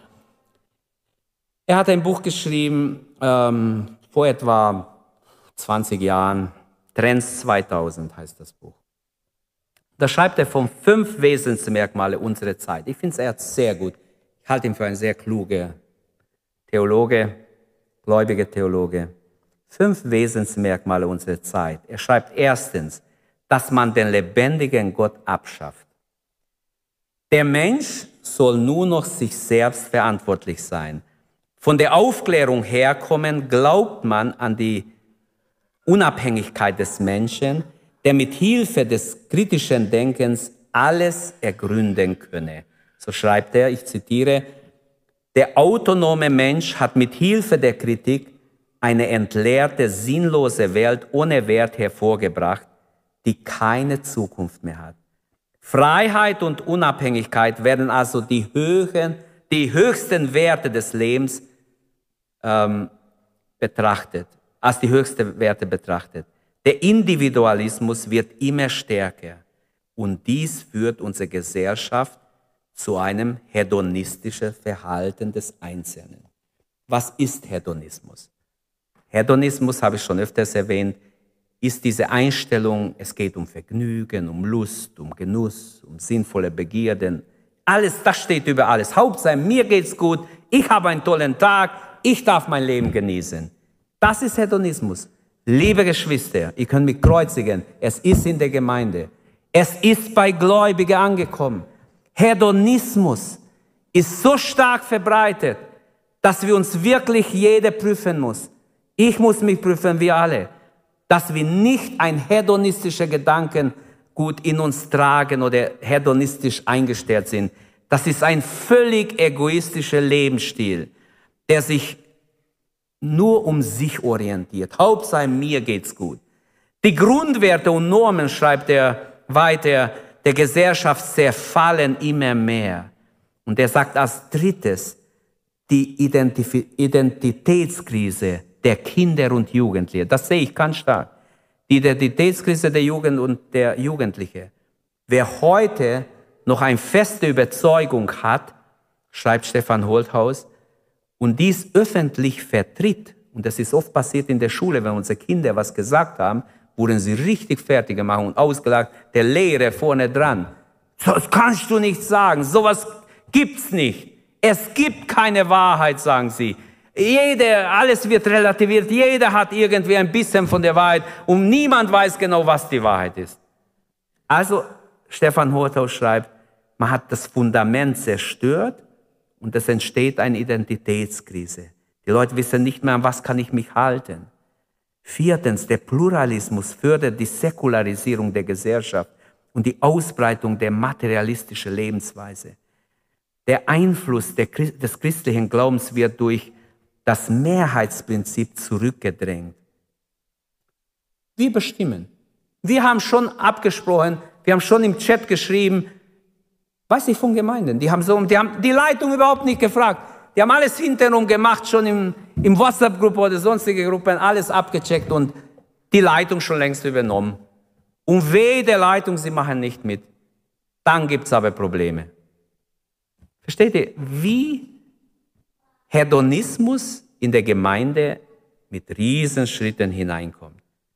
Er hat ein Buch geschrieben ähm, vor etwa zwanzig Jahren. Trends zweitausend heißt das Buch. Da schreibt er von fünf Wesensmerkmale unserer Zeit. Ich finde es sehr gut. Ich halte ihn für einen sehr klugen Theologe, gläubiger Theologe. Fünf Wesensmerkmale unserer Zeit. Er schreibt erstens, dass man den lebendigen Gott abschafft. Der Mensch soll nur noch sich selbst verantwortlich sein. Von der Aufklärung herkommen, glaubt man an die Unabhängigkeit des Menschen, der mit Hilfe des kritischen Denkens alles ergründen könne. So schreibt er, ich zitiere, der autonome Mensch hat mit Hilfe der Kritik eine entleerte, sinnlose Welt ohne Wert hervorgebracht, die keine Zukunft mehr hat. Freiheit und Unabhängigkeit werden also die, höhen, die höchsten Werte des Lebens ähm, betrachtet, als die höchsten Werte betrachtet. Der Individualismus wird immer stärker und dies führt unsere Gesellschaft zu einem hedonistischen Verhalten des Einzelnen. Was ist Hedonismus? Hedonismus, habe ich schon öfters erwähnt, ist diese Einstellung, es geht um Vergnügen, um Lust, um Genuss, um sinnvolle Begierden. Alles, das steht über alles. Hauptsache, mir geht's gut, ich habe einen tollen Tag, ich darf mein Leben genießen. Das ist Hedonismus. Liebe Geschwister, ihr könnt mich kreuzigen, es ist in der Gemeinde. Es ist bei Gläubigen angekommen. Hedonismus ist so stark verbreitet, dass wir uns wirklich jeder prüfen muss. Ich muss mich prüfen, wir alle, dass wir nicht ein hedonistischer Gedankengut in uns tragen oder hedonistisch eingestellt sind. Das ist ein völlig egoistischer Lebensstil, der sich nur um sich orientiert. Hauptsache mir geht's gut. Die Grundwerte und Normen, schreibt er weiter, der Gesellschaft zerfallen immer mehr. Und er sagt als drittes, die Identif- Identitätskrise der Kinder und Jugendlichen. Das sehe ich ganz stark. Die Identitätskrise der Jugend und der Jugendlichen. Wer heute noch eine feste Überzeugung hat, schreibt Stefan Holthaus, und dies öffentlich vertritt, und das ist oft passiert in der Schule, wenn unsere Kinder was gesagt haben, wurden sie richtig fertig gemacht und ausgelacht, der Lehrer vorne dran. Das kannst du nicht sagen, sowas gibt's nicht. Es gibt keine Wahrheit, sagen sie. Jeder, alles wird relativiert, jeder hat irgendwie ein bisschen von der Wahrheit und niemand weiß genau, was die Wahrheit ist. Also, Stefan Holthaus schreibt, man hat das Fundament zerstört und es entsteht eine Identitätskrise. Die Leute wissen nicht mehr, an was kann ich mich halten. Viertens, der Pluralismus fördert die Säkularisierung der Gesellschaft und die Ausbreitung der materialistischen Lebensweise. Der Einfluss der, des christlichen Glaubens wird durch das Mehrheitsprinzip zurückgedrängt. Wir bestimmen. Wir haben schon abgesprochen, wir haben schon im Chat geschrieben, weiß ich von Gemeinden, die haben, so, die haben die Leitung überhaupt nicht gefragt. Die haben alles hintenrum gemacht, schon im, im WhatsApp-Gruppe oder sonstige Gruppen, alles abgecheckt und die Leitung schon längst übernommen. Und wehe der Leitung, sie machen nicht mit. Dann gibt es aber Probleme. Versteht ihr, wie Hedonismus in der Gemeinde mit Riesenschritten hineinkommt?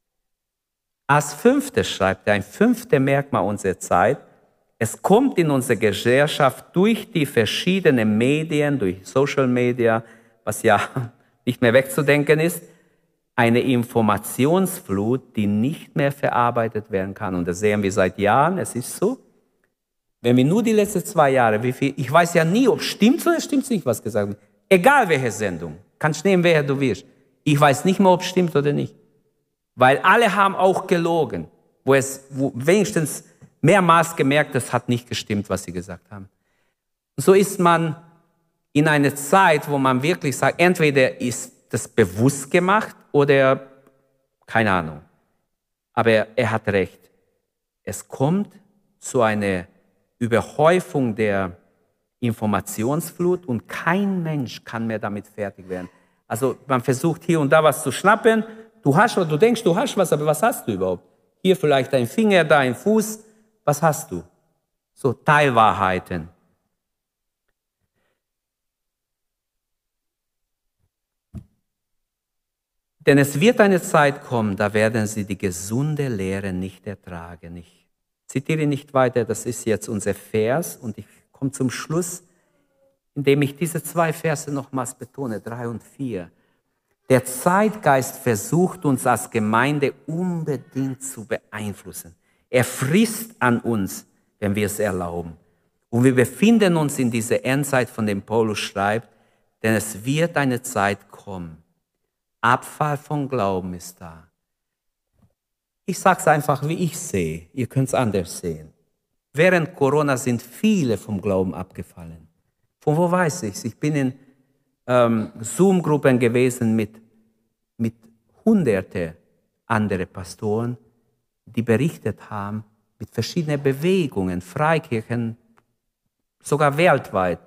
Als fünftes schreibt er, ein fünftes Merkmal unserer Zeit, es kommt in unsere Gesellschaft durch die verschiedenen Medien, durch Social Media, was ja nicht mehr wegzudenken ist, eine Informationsflut, die nicht mehr verarbeitet werden kann. Und das sehen wir seit Jahren, es ist so. Wenn wir nur die letzten zwei Jahre, wie viel, ich weiß ja nie, ob es stimmt oder stimmt nicht, was gesagt wird. Egal welche Sendung, kannst nehmen, wer du willst. Ich weiß nicht mehr, ob es stimmt oder nicht. Weil alle haben auch gelogen, wo es wo wenigstens mehrmals gemerkt, das hat nicht gestimmt, was sie gesagt haben. So ist man in einer Zeit, wo man wirklich sagt, entweder ist das bewusst gemacht oder keine Ahnung. Aber er, er hat recht. Es kommt zu einer Überhäufung der Informationsflut und kein Mensch kann mehr damit fertig werden. Also man versucht hier und da was zu schnappen. Du hast was, du denkst, du hast was, aber was hast du überhaupt? Hier vielleicht ein Finger, da ein Fuß. Was hast du? So Teilwahrheiten. Denn es wird eine Zeit kommen, da werden sie die gesunde Lehre nicht ertragen. Ich zitiere nicht weiter, das ist jetzt unser Vers und ich komme zum Schluss, indem ich diese zwei Verse nochmals betone, drei und vier. Der Zeitgeist versucht uns als Gemeinde unbedingt zu beeinflussen. Er frisst an uns, wenn wir es erlauben. Und wir befinden uns in dieser Endzeit, von dem Paulus schreibt, denn es wird eine Zeit kommen. Abfall von Glauben ist da. Ich sage es einfach, wie ich sehe. Ihr könnt es anders sehen. Während Corona sind viele vom Glauben abgefallen. Von wo weiß ich es? Ich bin in ähm, Zoom-Gruppen gewesen mit, mit hunderte andere Pastoren, die berichtet haben, mit verschiedenen Bewegungen, Freikirchen, sogar weltweit,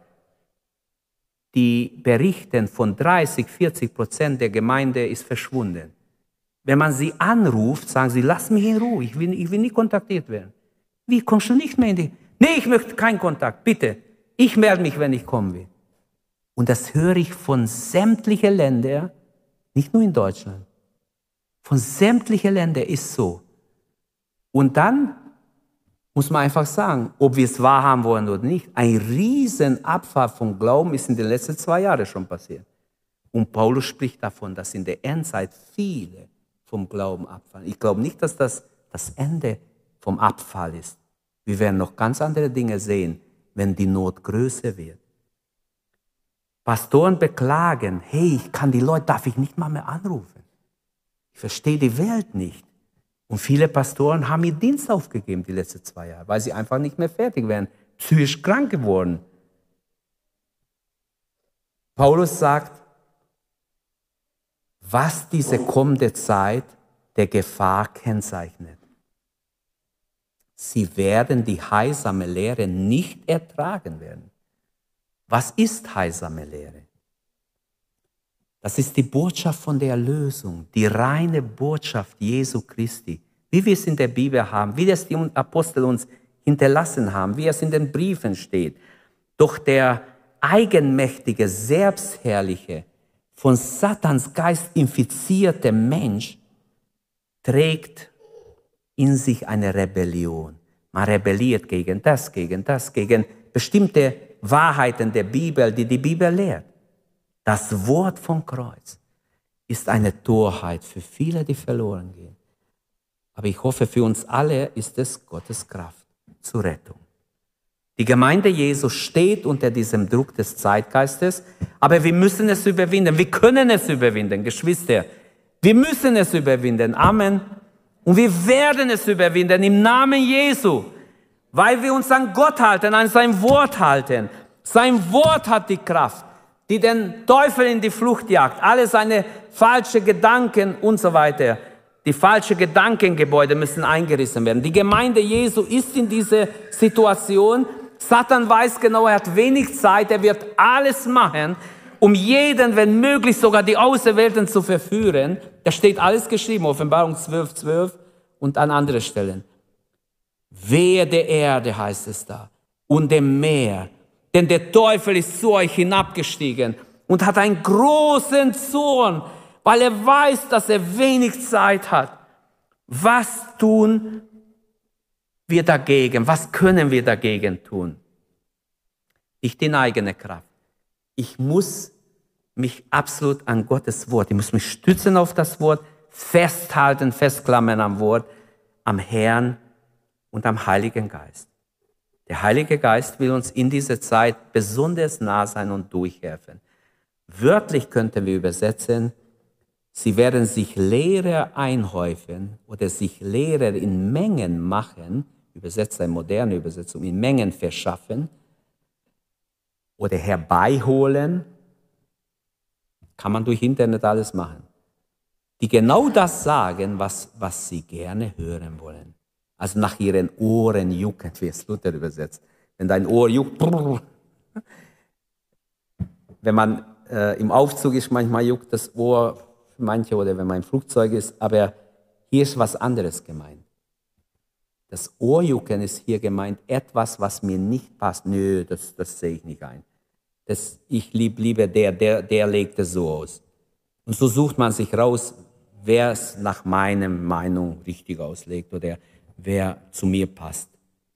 die berichten, von dreißig, vierzig Prozent der Gemeinde ist verschwunden. Wenn man sie anruft, sagen sie, lass mich in Ruhe, ich will, ich will nicht kontaktiert werden. Wie, kommst du nicht mehr in die... Nee, ich möchte keinen Kontakt, bitte. Ich melde mich, wenn ich kommen will. Und das höre ich von sämtlichen Ländern, nicht nur in Deutschland, von sämtlichen Ländern ist so. Und dann muss man einfach sagen, ob wir es wahrhaben wollen oder nicht, ein riesen Abfall vom Glauben ist in den letzten zwei Jahren schon passiert. Und Paulus spricht davon, dass in der Endzeit viele, vom Glauben abfallen. Ich glaube nicht, dass das das Ende vom Abfall ist. Wir werden noch ganz andere Dinge sehen, wenn die Not größer wird. Pastoren beklagen, hey, ich kann die Leute, darf ich nicht mal mehr anrufen. Ich verstehe die Welt nicht. Und viele Pastoren haben ihren Dienst aufgegeben die letzten zwei Jahre, weil sie einfach nicht mehr fertig wären, psychisch krank geworden. Paulus sagt, was diese kommende Zeit der Gefahr kennzeichnet. Sie werden die heilsame Lehre nicht ertragen werden. Was ist heilsame Lehre? Das ist die Botschaft von der Erlösung, die reine Botschaft Jesu Christi, wie wir es in der Bibel haben, wie das die Apostel uns hinterlassen haben, wie es in den Briefen steht. Doch der eigenmächtige, selbstherrliche, von Satans Geist infizierte Mensch trägt in sich eine Rebellion. Man rebelliert gegen das, gegen das, gegen bestimmte Wahrheiten der Bibel, die die Bibel lehrt. Das Wort vom Kreuz ist eine Torheit für viele, die verloren gehen. Aber ich hoffe, für uns alle ist es Gottes Kraft zur Rettung. Die Gemeinde Jesu steht unter diesem Druck des Zeitgeistes, aber wir müssen es überwinden. Wir können es überwinden, Geschwister. Wir müssen es überwinden. Amen. Und wir werden es überwinden im Namen Jesu, weil wir uns an Gott halten, an sein Wort halten. Sein Wort hat die Kraft, die den Teufel in die Flucht jagt. Alle seine falschen Gedanken und so weiter. Die falschen Gedankengebäude müssen eingerissen werden. Die Gemeinde Jesu ist in dieser Situation. Satan weiß genau, er hat wenig Zeit, er wird alles machen, um jeden, wenn möglich sogar die Auserwählten zu verführen. Da steht alles geschrieben, Offenbarung zwölf, zwölf und an anderen Stellen. Wehe der Erde, heißt es da, und dem Meer, denn der Teufel ist zu euch hinabgestiegen und hat einen großen Zorn, weil er weiß, dass er wenig Zeit hat. Was tun wir dagegen? Was können wir dagegen tun? Nicht in eigener Kraft. Ich muss mich absolut an Gottes Wort, ich muss mich stützen auf das Wort, festhalten, festklammern am Wort, am Herrn und am Heiligen Geist. Der Heilige Geist will uns in dieser Zeit besonders nah sein und durchhelfen. Wörtlich könnten wir übersetzen, sie werden sich Lehrer einhäufen oder sich Lehrer in Mengen machen, übersetzt eine moderne Übersetzung, in Mengen verschaffen oder herbeiholen, kann man durch Internet alles machen, die genau das sagen, was, was sie gerne hören wollen. Also nach ihren Ohren jucken, wie es Luther übersetzt. Wenn dein Ohr juckt, wenn man äh, im Aufzug ist, manchmal juckt das Ohr für manche oder wenn man im Flugzeug ist, aber hier ist was anderes gemeint. Das Ohrjucken ist hier gemeint, etwas, was mir nicht passt. Nö, das, das sehe ich nicht ein. Das, ich liebe lieber der, der, der legt es so aus. Und so sucht man sich raus, wer es nach meiner Meinung richtig auslegt oder wer zu mir passt.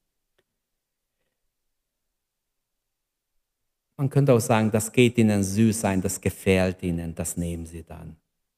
Man könnte auch sagen, das geht ihnen süß ein, das gefällt ihnen, das nehmen sie dann.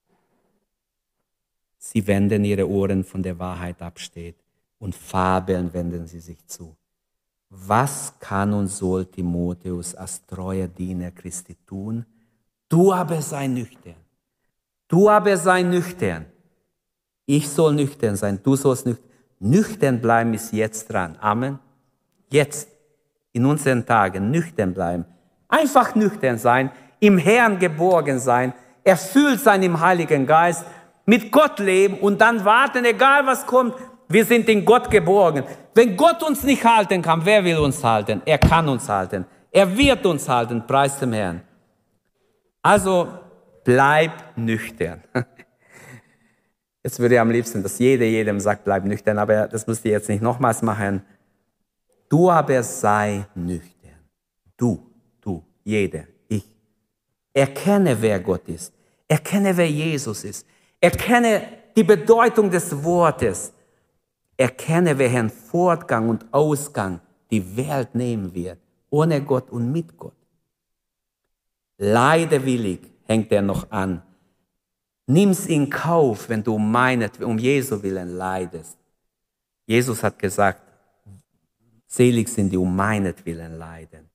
Sie wenden ihre Ohren von der Wahrheit ab, steht, und Fabeln wenden sie sich zu. Was kann und soll Timotheus als treuer Diener Christi tun? Du aber sei nüchtern. Du aber sei nüchtern. Ich soll nüchtern sein, du sollst nüchtern. Nüchtern bleiben ist jetzt dran. Amen. Jetzt, in unseren Tagen, nüchtern bleiben. Einfach nüchtern sein, im Herrn geborgen sein, erfüllt sein im Heiligen Geist, mit Gott leben und dann warten, egal was kommt. Wir sind in Gott geborgen. Wenn Gott uns nicht halten kann, wer will uns halten? Er kann uns halten. Er wird uns halten, preis dem Herrn. Also bleib nüchtern. Jetzt würde ich am liebsten, dass jeder jedem sagt, bleib nüchtern, aber das müsst ihr jetzt nicht nochmals machen. Du aber sei nüchtern. Du, du, jeder, ich. Erkenne, wer Gott ist. Erkenne, wer Jesus ist. Erkenne die Bedeutung des Wortes. Erkenne, welchen Fortgang und Ausgang die Welt nehmen wird, ohne Gott und mit Gott. Leidewillig hängt er noch an. Nimm's in Kauf, wenn du um, meinet, um Jesu willen leidest. Jesus hat gesagt, selig sind die um meinetwillen leiden.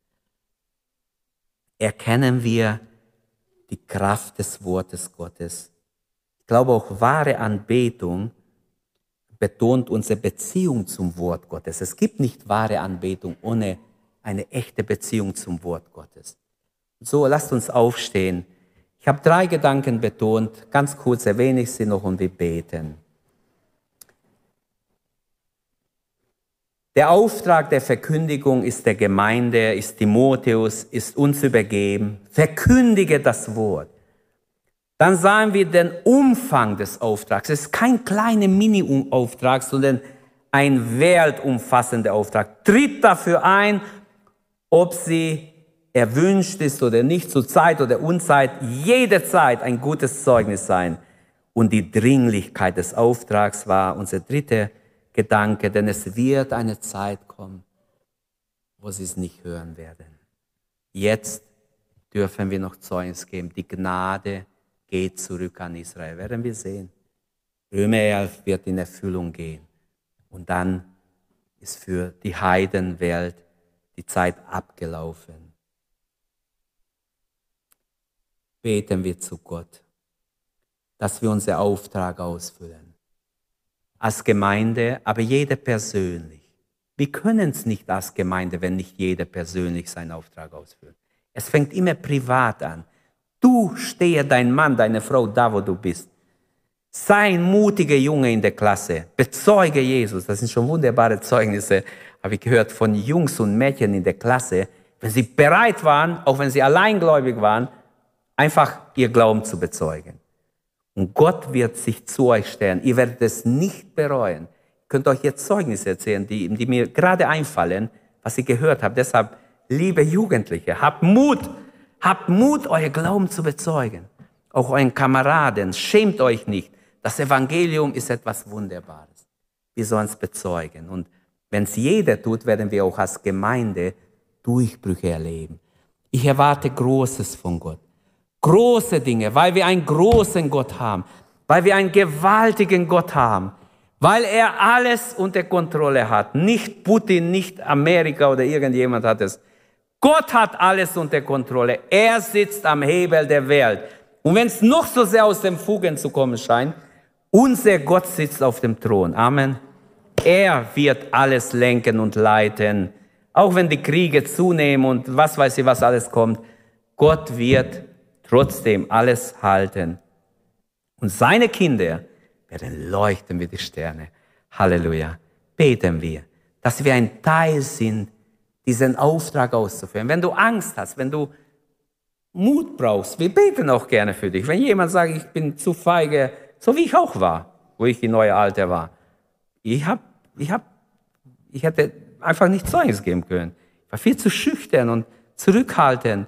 Erkennen wir die Kraft des Wortes Gottes. Ich glaube, auch wahre Anbetung betont unsere Beziehung zum Wort Gottes. Es gibt nicht wahre Anbetung ohne eine echte Beziehung zum Wort Gottes. So, lasst uns aufstehen. Ich habe drei Gedanken betont, ganz kurz erwähne ich sie noch und wir beten. Der Auftrag der Verkündigung ist der Gemeinde, ist Timotheus, ist uns übergeben. Verkündige das Wort. Dann sahen wir den Umfang des Auftrags. Es ist kein kleiner Mini-Auftrag, sondern ein weltumfassender Auftrag. Tritt dafür ein, ob sie erwünscht ist oder nicht, zur Zeit oder Unzeit, jederzeit ein gutes Zeugnis sein. Und die Dringlichkeit des Auftrags war unser dritter Gedanke, denn es wird eine Zeit kommen, wo sie es nicht hören werden. Jetzt dürfen wir noch Zeugnis geben. Die Gnade geht zurück an Israel. Werden wir sehen. Römer elf wird in Erfüllung gehen. Und dann ist für die Heidenwelt die Zeit abgelaufen. Beten wir zu Gott, dass wir unseren Auftrag ausfüllen. Als Gemeinde, aber jeder persönlich. Wir können es nicht als Gemeinde, wenn nicht jeder persönlich seinen Auftrag ausfüllt. Es fängt immer privat an. Du stehe dein Mann, deine Frau da, wo du bist. Sei ein mutiger Junge in der Klasse. Bezeuge Jesus. Das sind schon wunderbare Zeugnisse, habe ich gehört, von Jungs und Mädchen in der Klasse. Wenn sie bereit waren, auch wenn sie alleingläubig waren, einfach ihr Glauben zu bezeugen. Und Gott wird sich zu euch stellen. Ihr werdet es nicht bereuen. Ihr könnt euch jetzt Zeugnisse erzählen, die, die mir gerade einfallen, was ich gehört habe. Deshalb, liebe Jugendliche, habt Mut, habt Mut, euer Glauben zu bezeugen. Auch euren Kameraden, schämt euch nicht. Das Evangelium ist etwas Wunderbares. Wir sollen es bezeugen. Und wenn es jeder tut, werden wir auch als Gemeinde Durchbrüche erleben. Ich erwarte Großes von Gott. Große Dinge, weil wir einen großen Gott haben, weil wir einen gewaltigen Gott haben, weil er alles unter Kontrolle hat. Nicht Putin, nicht Amerika oder irgendjemand hat es. Gott hat alles unter Kontrolle. Er sitzt am Hebel der Welt. Und wenn es noch so sehr aus den Fugen zu kommen scheint, unser Gott sitzt auf dem Thron. Amen. Er wird alles lenken und leiten. Auch wenn die Kriege zunehmen und was weiß ich, was alles kommt. Gott wird trotzdem alles halten. Und seine Kinder werden leuchten wie die Sterne. Halleluja. Beten wir, dass wir ein Teil sind, diesen Auftrag auszuführen. Wenn du Angst hast, wenn du Mut brauchst, wir beten auch gerne für dich. Wenn jemand sagt, ich bin zu feige, so wie ich auch war, wo ich die neue Alte war. Ich hab, ich hab, ich hätte einfach nicht Zeugnis geben können. Ich war viel zu schüchtern und zurückhaltend.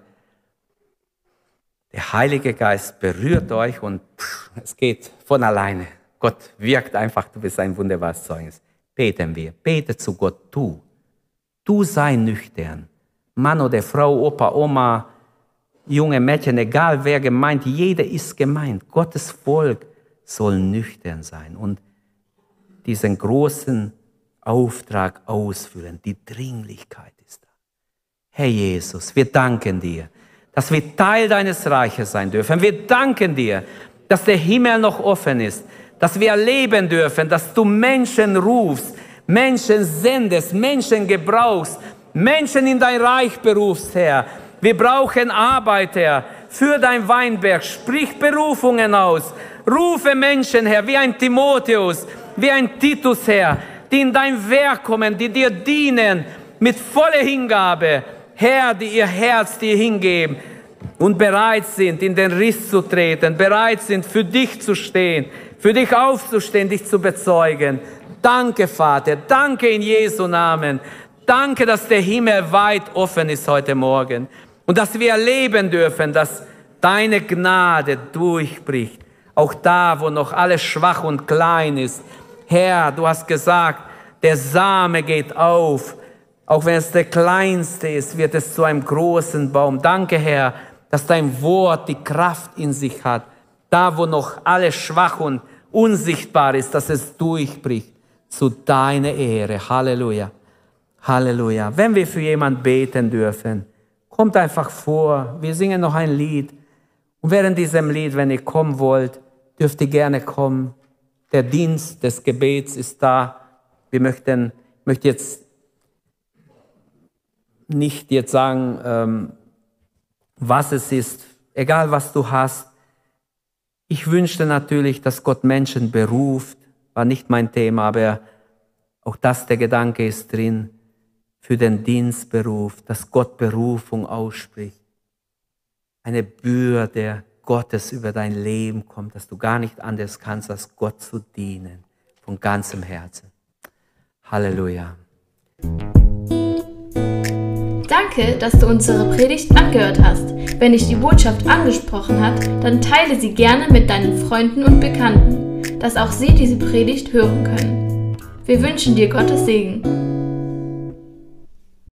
Der Heilige Geist berührt euch und pff, es geht von alleine. Gott wirkt einfach, du bist ein wunderbares Zeugnis. Beten wir, bete zu Gott, du. Du sei nüchtern. Mann oder Frau, Opa, Oma, junge Mädchen, egal wer gemeint, jeder ist gemeint. Gottes Volk soll nüchtern sein und diesen großen Auftrag ausfüllen. Die Dringlichkeit ist da. Herr Jesus, wir danken dir, dass wir Teil deines Reiches sein dürfen. Wir danken dir, dass der Himmel noch offen ist, dass wir erleben dürfen, dass du Menschen rufst, Menschen sendest, Menschen gebrauchst, Menschen in dein Reich berufst, Herr. Wir brauchen Arbeiter für dein Weinberg. Sprich Berufungen aus. Rufe Menschen, Herr, wie ein Timotheus, wie ein Titus, Herr, die in dein Werk kommen, die dir dienen mit voller Hingabe. Herr, die ihr Herz dir hingeben und bereit sind, in den Riss zu treten, bereit sind, für dich zu stehen, für dich aufzustehen, dich zu bezeugen. Danke, Vater, danke in Jesu Namen. Danke, dass der Himmel weit offen ist heute Morgen und dass wir erleben dürfen, dass deine Gnade durchbricht, auch da, wo noch alles schwach und klein ist. Herr, du hast gesagt, der Same geht auf. Auch wenn es der kleinste ist, wird es zu einem großen Baum. Danke, Herr, dass dein Wort die Kraft in sich hat, Da, wo noch alles schwach und unsichtbar ist, dass es durchbricht. Zu deiner Ehre. Halleluja. Halleluja. Wenn wir für jemanden beten dürfen, kommt einfach vor. Wir singen noch ein Lied. Und während diesem Lied, wenn ihr kommen wollt, dürft ihr gerne kommen. Der Dienst des Gebets ist da. Wir möchten, ich möchte jetzt nicht jetzt sagen, ähm, was es ist, egal was du hast. Ich wünschte natürlich, dass Gott Menschen beruft, war nicht mein Thema, aber auch das, der Gedanke ist drin, für den Dienstberuf, dass Gott Berufung ausspricht. Eine Bürde Gottes über dein Leben kommt, dass du gar nicht anders kannst, als Gott zu dienen, von ganzem Herzen. Halleluja. Danke, dass du unsere Predigt angehört hast. Wenn dich die Botschaft angesprochen hat, dann teile sie gerne mit deinen Freunden und Bekannten, dass auch sie diese Predigt hören können. Wir wünschen dir Gottes Segen.